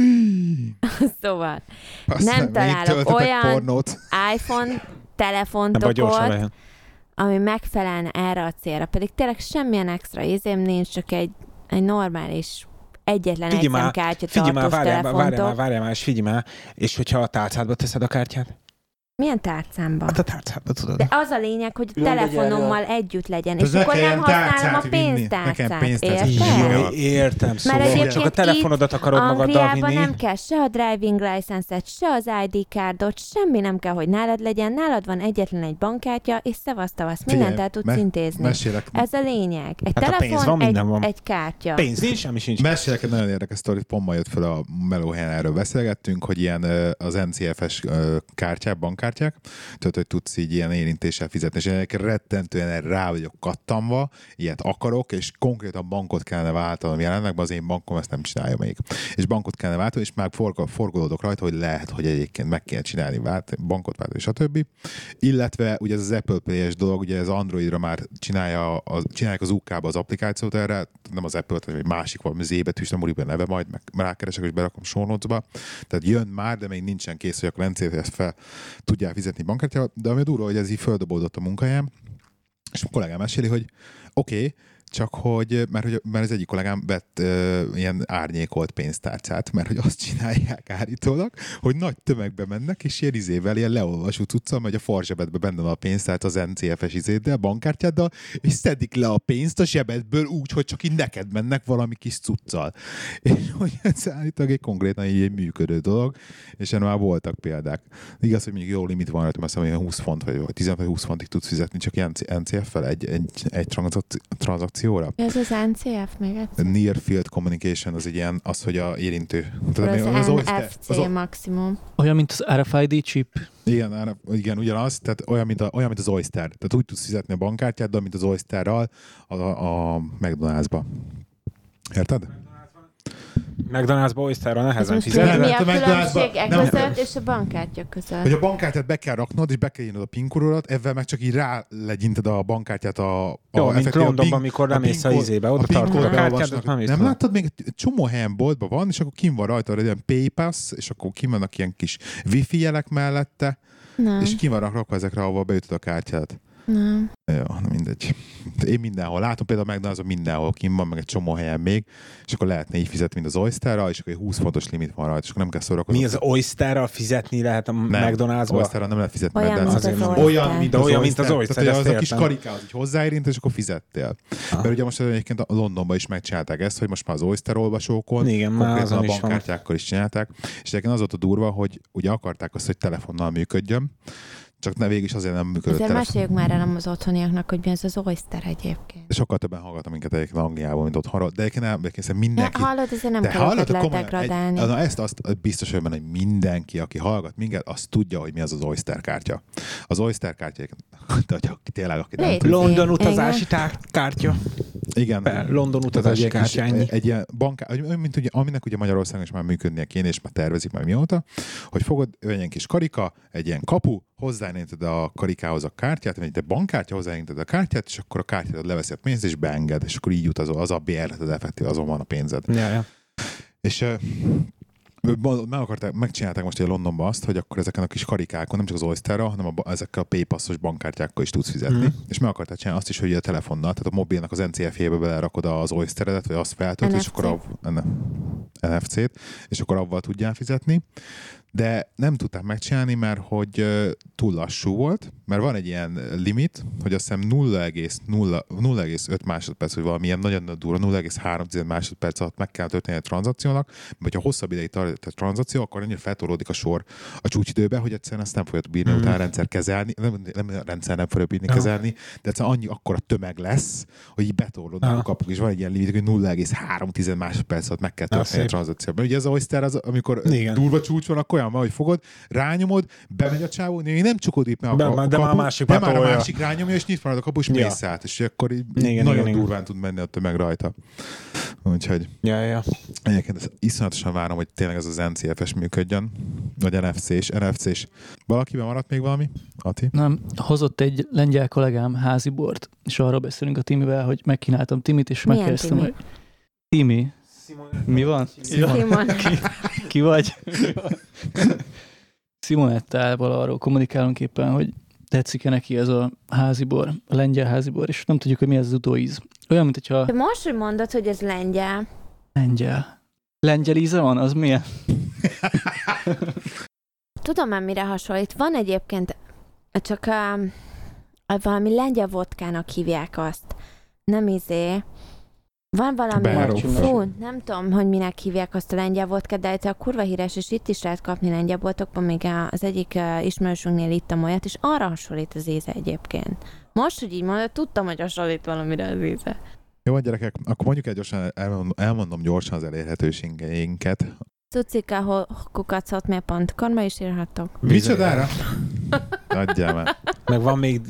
Szóval nem találok olyan pornót. iPhone telefontokot, ami megfelelne erre a célra. Pedig tényleg semmilyen extra izém nincs, csak egy normális egyetlen egyszemkártya tartós telefontok. Várjál már, és figyelj már, és hogyha a tálcádba teszed a kártyát? Milyen tárcámba? Hát a tárcádba, tudod. De az a lényeg, hogy telefonommal együtt legyen, és akkor nem használom a pénztárcát. Érted? Jó, értem, szóval csak a telefonodat akarod magaddal vinni. Nem kell se a driving license-et, se az ID cardot, semmi nem kell, hogy nálad legyen. Nálad van egyetlen egy bankkártya, és szevasztavasz, mindent el tudsz intézni. Mesélek. Ez a lényeg. Egy hát telefon, egy kártya. Pénz nincs, semmi sincs. Mesélek egy nagyon érdekes sztorit, pont ma jött fel a melóhelyen, erről beszélgettünk, hogy ilyen az NCF-es kártyák, bankkártyák, tehát, hogy tudsz így ilyen érintéssel fizetni, és én rettentően rá vagyok kattanva, ilyet akarok, és konkrétan bankot kellene váltanom jelenleg, az én bankom ezt nem csinálja még. És bankot kellene váltani, és már forgolódok rajta, hogy lehet, hogy egyébként meg kéne csinálni bankot váltani, stb. Illetve ugye ez az Apple Pay-es dolog, ugye ez Androidra már csinálják az UK-ba az applikációt erre, nem az Apple, tehát egy másik valami Z betűs, nem úribben neve, majd meg rákeresek, és berakom show notes-ba. Tehát jön már, de még nincsen kész, hogy akkor ezt fel tudják fizetni bankkártyával, de ami durva, hogy ez így földobódott a munkahelyem, és a kollégám meséli, hogy oké, csak hogy, mert az egyik kollégám vett ilyen árnyékolt pénztárcát, mert hogy azt csinálják állítólag, hogy nagy tömegbe mennek, és ilyen ilyen leolvasó cuccal, hogy a farzsebedbe benne van a pénztárca az NCF-es izéddel, bankkártyáddal, és szedik le a pénzt a zsebedből úgy, hogy csak így neked mennek valami kis cuccal. És hogy ez állítólag egy konkrétan egy működő dolog, és ennél már voltak példák. Igaz, hogy még jó limit van, mert azt hiszem, hogy 20 font, vagy 10 vagy 20 fontig tudsz fizetni, csak ilyen NCF-fel egy tranzakcióra. Ez az NCF még egyszer? Near Field Communication, az egy ilyen, az, hogy a érintő. Az NFC maximum. Olyan, mint az RFID chip. Igen, ugyanaz, tehát olyan, mint az Oyster. Tehát úgy tudsz fizetni a bankkártyáddal, mint az Oysterral a McDonald'sba. Érted? McDonald'sba Oysterral nehezen fizetni. Mi a különbség között és a bankkártya között? Hogy a bankkártyát be kell raknod, és be kell írnod a PIN kódodat, ezzel meg csak így rálegyinted a bankkártyát Jó, mint Londonban, amikor lemész a izébe, oda tartod a kártyádat, nem láttad, még egy csomó helyen boltban van, és akkor kim van rajta egy ilyen PayPass, és akkor kim vannak ilyen kis wifi jelek mellette, és kim van rakva ezekre, ahol beütöd a kártyát. Nem. Jó, mindegy. Én mindenhol látom, például McDonald's mindenhol kim van, meg egy csomó helyen még, és akkor lehetne így fizetni, mint az Oysterral, és akkor egy 20 fontos limit van rajta, és akkor nem kell szórakozni. Mi az Oysterral fizetni lehet a McDonald'sba? Oysterral nem lehet fizetni. Olyan, mint az Oyster. Tehát az a kis karikához így hozzáérint, és akkor fizettél. Mert ugye most egyébként a Londonban is megcsinálták ezt, hogy most már az Oyster olvasókon, igen, már a bankkártyákkal is csinálták, és egyébként az volt a durva, hogy ugye akarták azt, hogy telefonnal működjön, csak végig is azért nem működött. Azért meséljük már el az otthoniaknak, hogy mi az Oyster egyébként. Sokkal többen hallgatnak minket egyébként Angliában, mint ott hallgat. De egyébként mindenki... Hallod, azért nem kell őket ledegradálni. Azt biztos, hogy mindenki, aki hallgat minket, azt tudja, hogy mi az Oyster kártya. Az Oyster kártya, tényleg, aki nem tudja. London utazási kártya. Igen. London utazási kártya, ennyi. Egy ilyen aminek ugye Magyarországon is már működnie kéne, és már tervezik már mióta, hogy fogod, egy ilyen kis karika, egy ilyen kapu, hozzáérinted a karikához a kártyát, vagy egy bankkártya, hozzáérinted a kártyát, és akkor a kártyát leveszi a pénzt, és beenged, és akkor így utazol, az a bérleted effektív, azon van a pénzed. Ja. És megcsinálták most egy Londonban azt, hogy akkor ezeken a kis karikákon, nem csak az Oysterra, hanem ezekkel a PayPass-os bankkártyákkal is tudsz fizetni. És meg akarták csinálni azt is, hogy a telefonnal, tehát a mobilnak az NCF-jébe belerakod az Oysteredet, vagy azt feltöltöd, és akkor NFC-t, és akkor avval tudjál fizetni. De nem tudták megcsinálni, mert hogy túl lassú volt, mert van egy ilyen limit, hogy azt hiszem 0,5 másodperc, vagy valamilyen nagyon durva, 0,3 másodperc alatt meg kell történni a tranzakciónak, mert ha hosszabb ideig tart a tranzakció, akkor annyira feltolódik a sor a csúcsidőbe, hogy egyszerűen azt nem fogja bírni utána a rendszer kezelni, nem a rendszer nem fogja bírni kezelni, de egyszerűen akkora tömeg lesz, hogy így betorlódnak a kapuk, és van egy ilyen limit, hogy 0,3 másodperc alatt meg kell történni a tranzakcióban. Ugye ez a Oyster, amikor durva csúcs van, akkor olyan van, hogy fogod, rányomod, bemegy a csávó, nem csukódik meg a kapu, de már a másik rányomja, és nyitva marad a kapu, és mész át, és akkor nagyon durván tud menni a tömeg rajta. Úgyhogy egyébként ezt iszonyatosan várom, hogy tényleg ez az NCF-es működjön, vagy NFC-s. Valakiben maradt még valami? Ati? Nem, hozott egy lengyel kollégám házi bort, és arról beszélünk a Timivel, hogy megkínáltam Timit, és megkérdeztem, hogy Timi, mi van? Simon. Ki vagy? Simonettával arról kommunikálunk éppen, hogy tetszik-e neki ez a házibor, a lengyel házibor, és nem tudjuk, hogy mi ez az utóíz. Olyan, mint hogyha... De most, hogy mondod, hogy ez lengyel. Lengyel íze van? Az milyen? Tudom már, mire hasonlít. Van egyébként, csak valami lengyel vodkának hívják azt. Nem van valami, nem tudom, hogy minek hívják azt a lengyel vodkát, de ez a kurva híres, és itt is lehet kapni lengyel boltokban, még az egyik ismerősünknél ittam olyat, és arra hasonlít az íze egyébként. Most, hogy így mondod, tudtam, hogy hasonlít valamire az íze. Jó, gyerekek, akkor mondjuk gyorsan, elmondom gyorsan az elérhetőségeinket. cucika@hotmail.com-ra is írhatok. Micsodára? Adjál már. Meg van még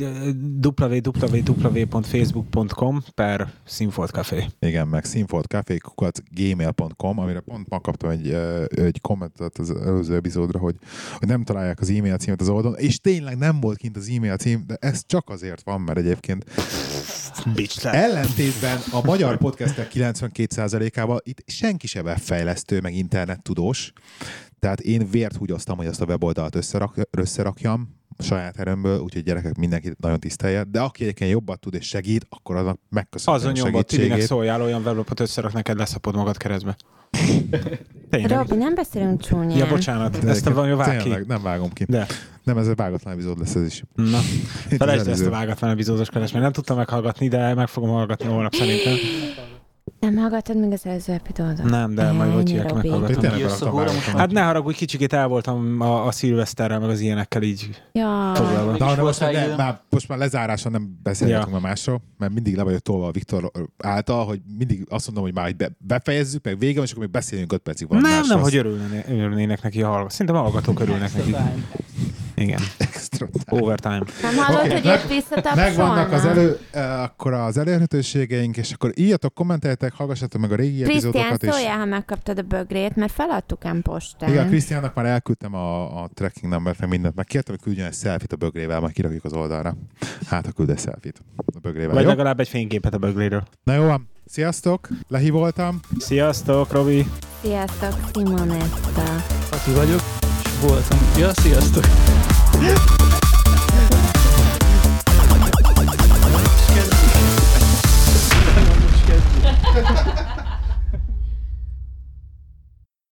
www.facebook.com/Színfolt Café. Igen, meg színfoltcafé@gmail.com, amire pont ma kaptam egy kommentet az előző epizódra, hogy nem találják az e-mail címet az oldalon, és tényleg nem volt kint az e-mail cím, de ez csak azért van, mert egyébként ellentétben a magyar podcastek 92%-ával itt senki se webfejlesztő, meg internettudós. Tehát én vért húgyoztam, hogy azt a weboldalt összerakjam saját erőmből, úgyhogy gyerekek, mindenkit nagyon tisztelje, de aki egyébként jobbat tud és segít, akkor aznak megköszönöm a segítségét. Azon Tibinek szóljál, olyan weblapot összerak, neked leszapod magad keresztbe. Robi, nem beszélünk csúnyán. Ja, bocsánat, ezt a valami vág ki. Tényleg, nem vágom ki. De. Nem, ez egy vágatlan epizód lesz ez is. Na, felejtsd ezt a vágatlan epizódos keres, mert nem tudtam meghallgatni, de meg fogom hallgatni holnap szerintem. Nem hallgattad még az előző epizódot? Nem, de majd hogy hívják, meghallgatom. Hát ne haragudj, kicsikét el voltam a szilveszterrel, meg az ilyenekkel így foglalva. Most már lezáráson nem beszélhetünk már másról, mert mindig le vagyok tolva a Viktor által, hogy mindig azt mondom, hogy már befejezzük, meg vége, és akkor még beszélünk 5 percig valami másról. Nem, hogy örülnének neki a hallgatók. Szerintem a hallgatók örülnek neki. Igen. Extra overtime. Nem hallod, hogy itt visszatapsolnak? Megvannak akkor az elérhetőségeink, és akkor írjatok, kommenteljetek, hallgassatok meg a régi epizódokat is. Krisztián, szóljál, ha megkaptad a bögrét, mert feladtuk ám postán. Igen, Krisztiánnak már elküldtem a tracking numbert, meg mindent. Megkértem, hogy küldjön egy selfie-t a bögrével, majd kirakjuk az oldalra. Hát, ha küld egy selfie-t a bögrével. Vagy legalább egy fényképet a bögréről. Na jó van. Sziasztok, Lehi voltam. Sziasztok, Robi. Sziasztok, Simonetta. Ati vagyok, és voltam. Ja, sziasztok.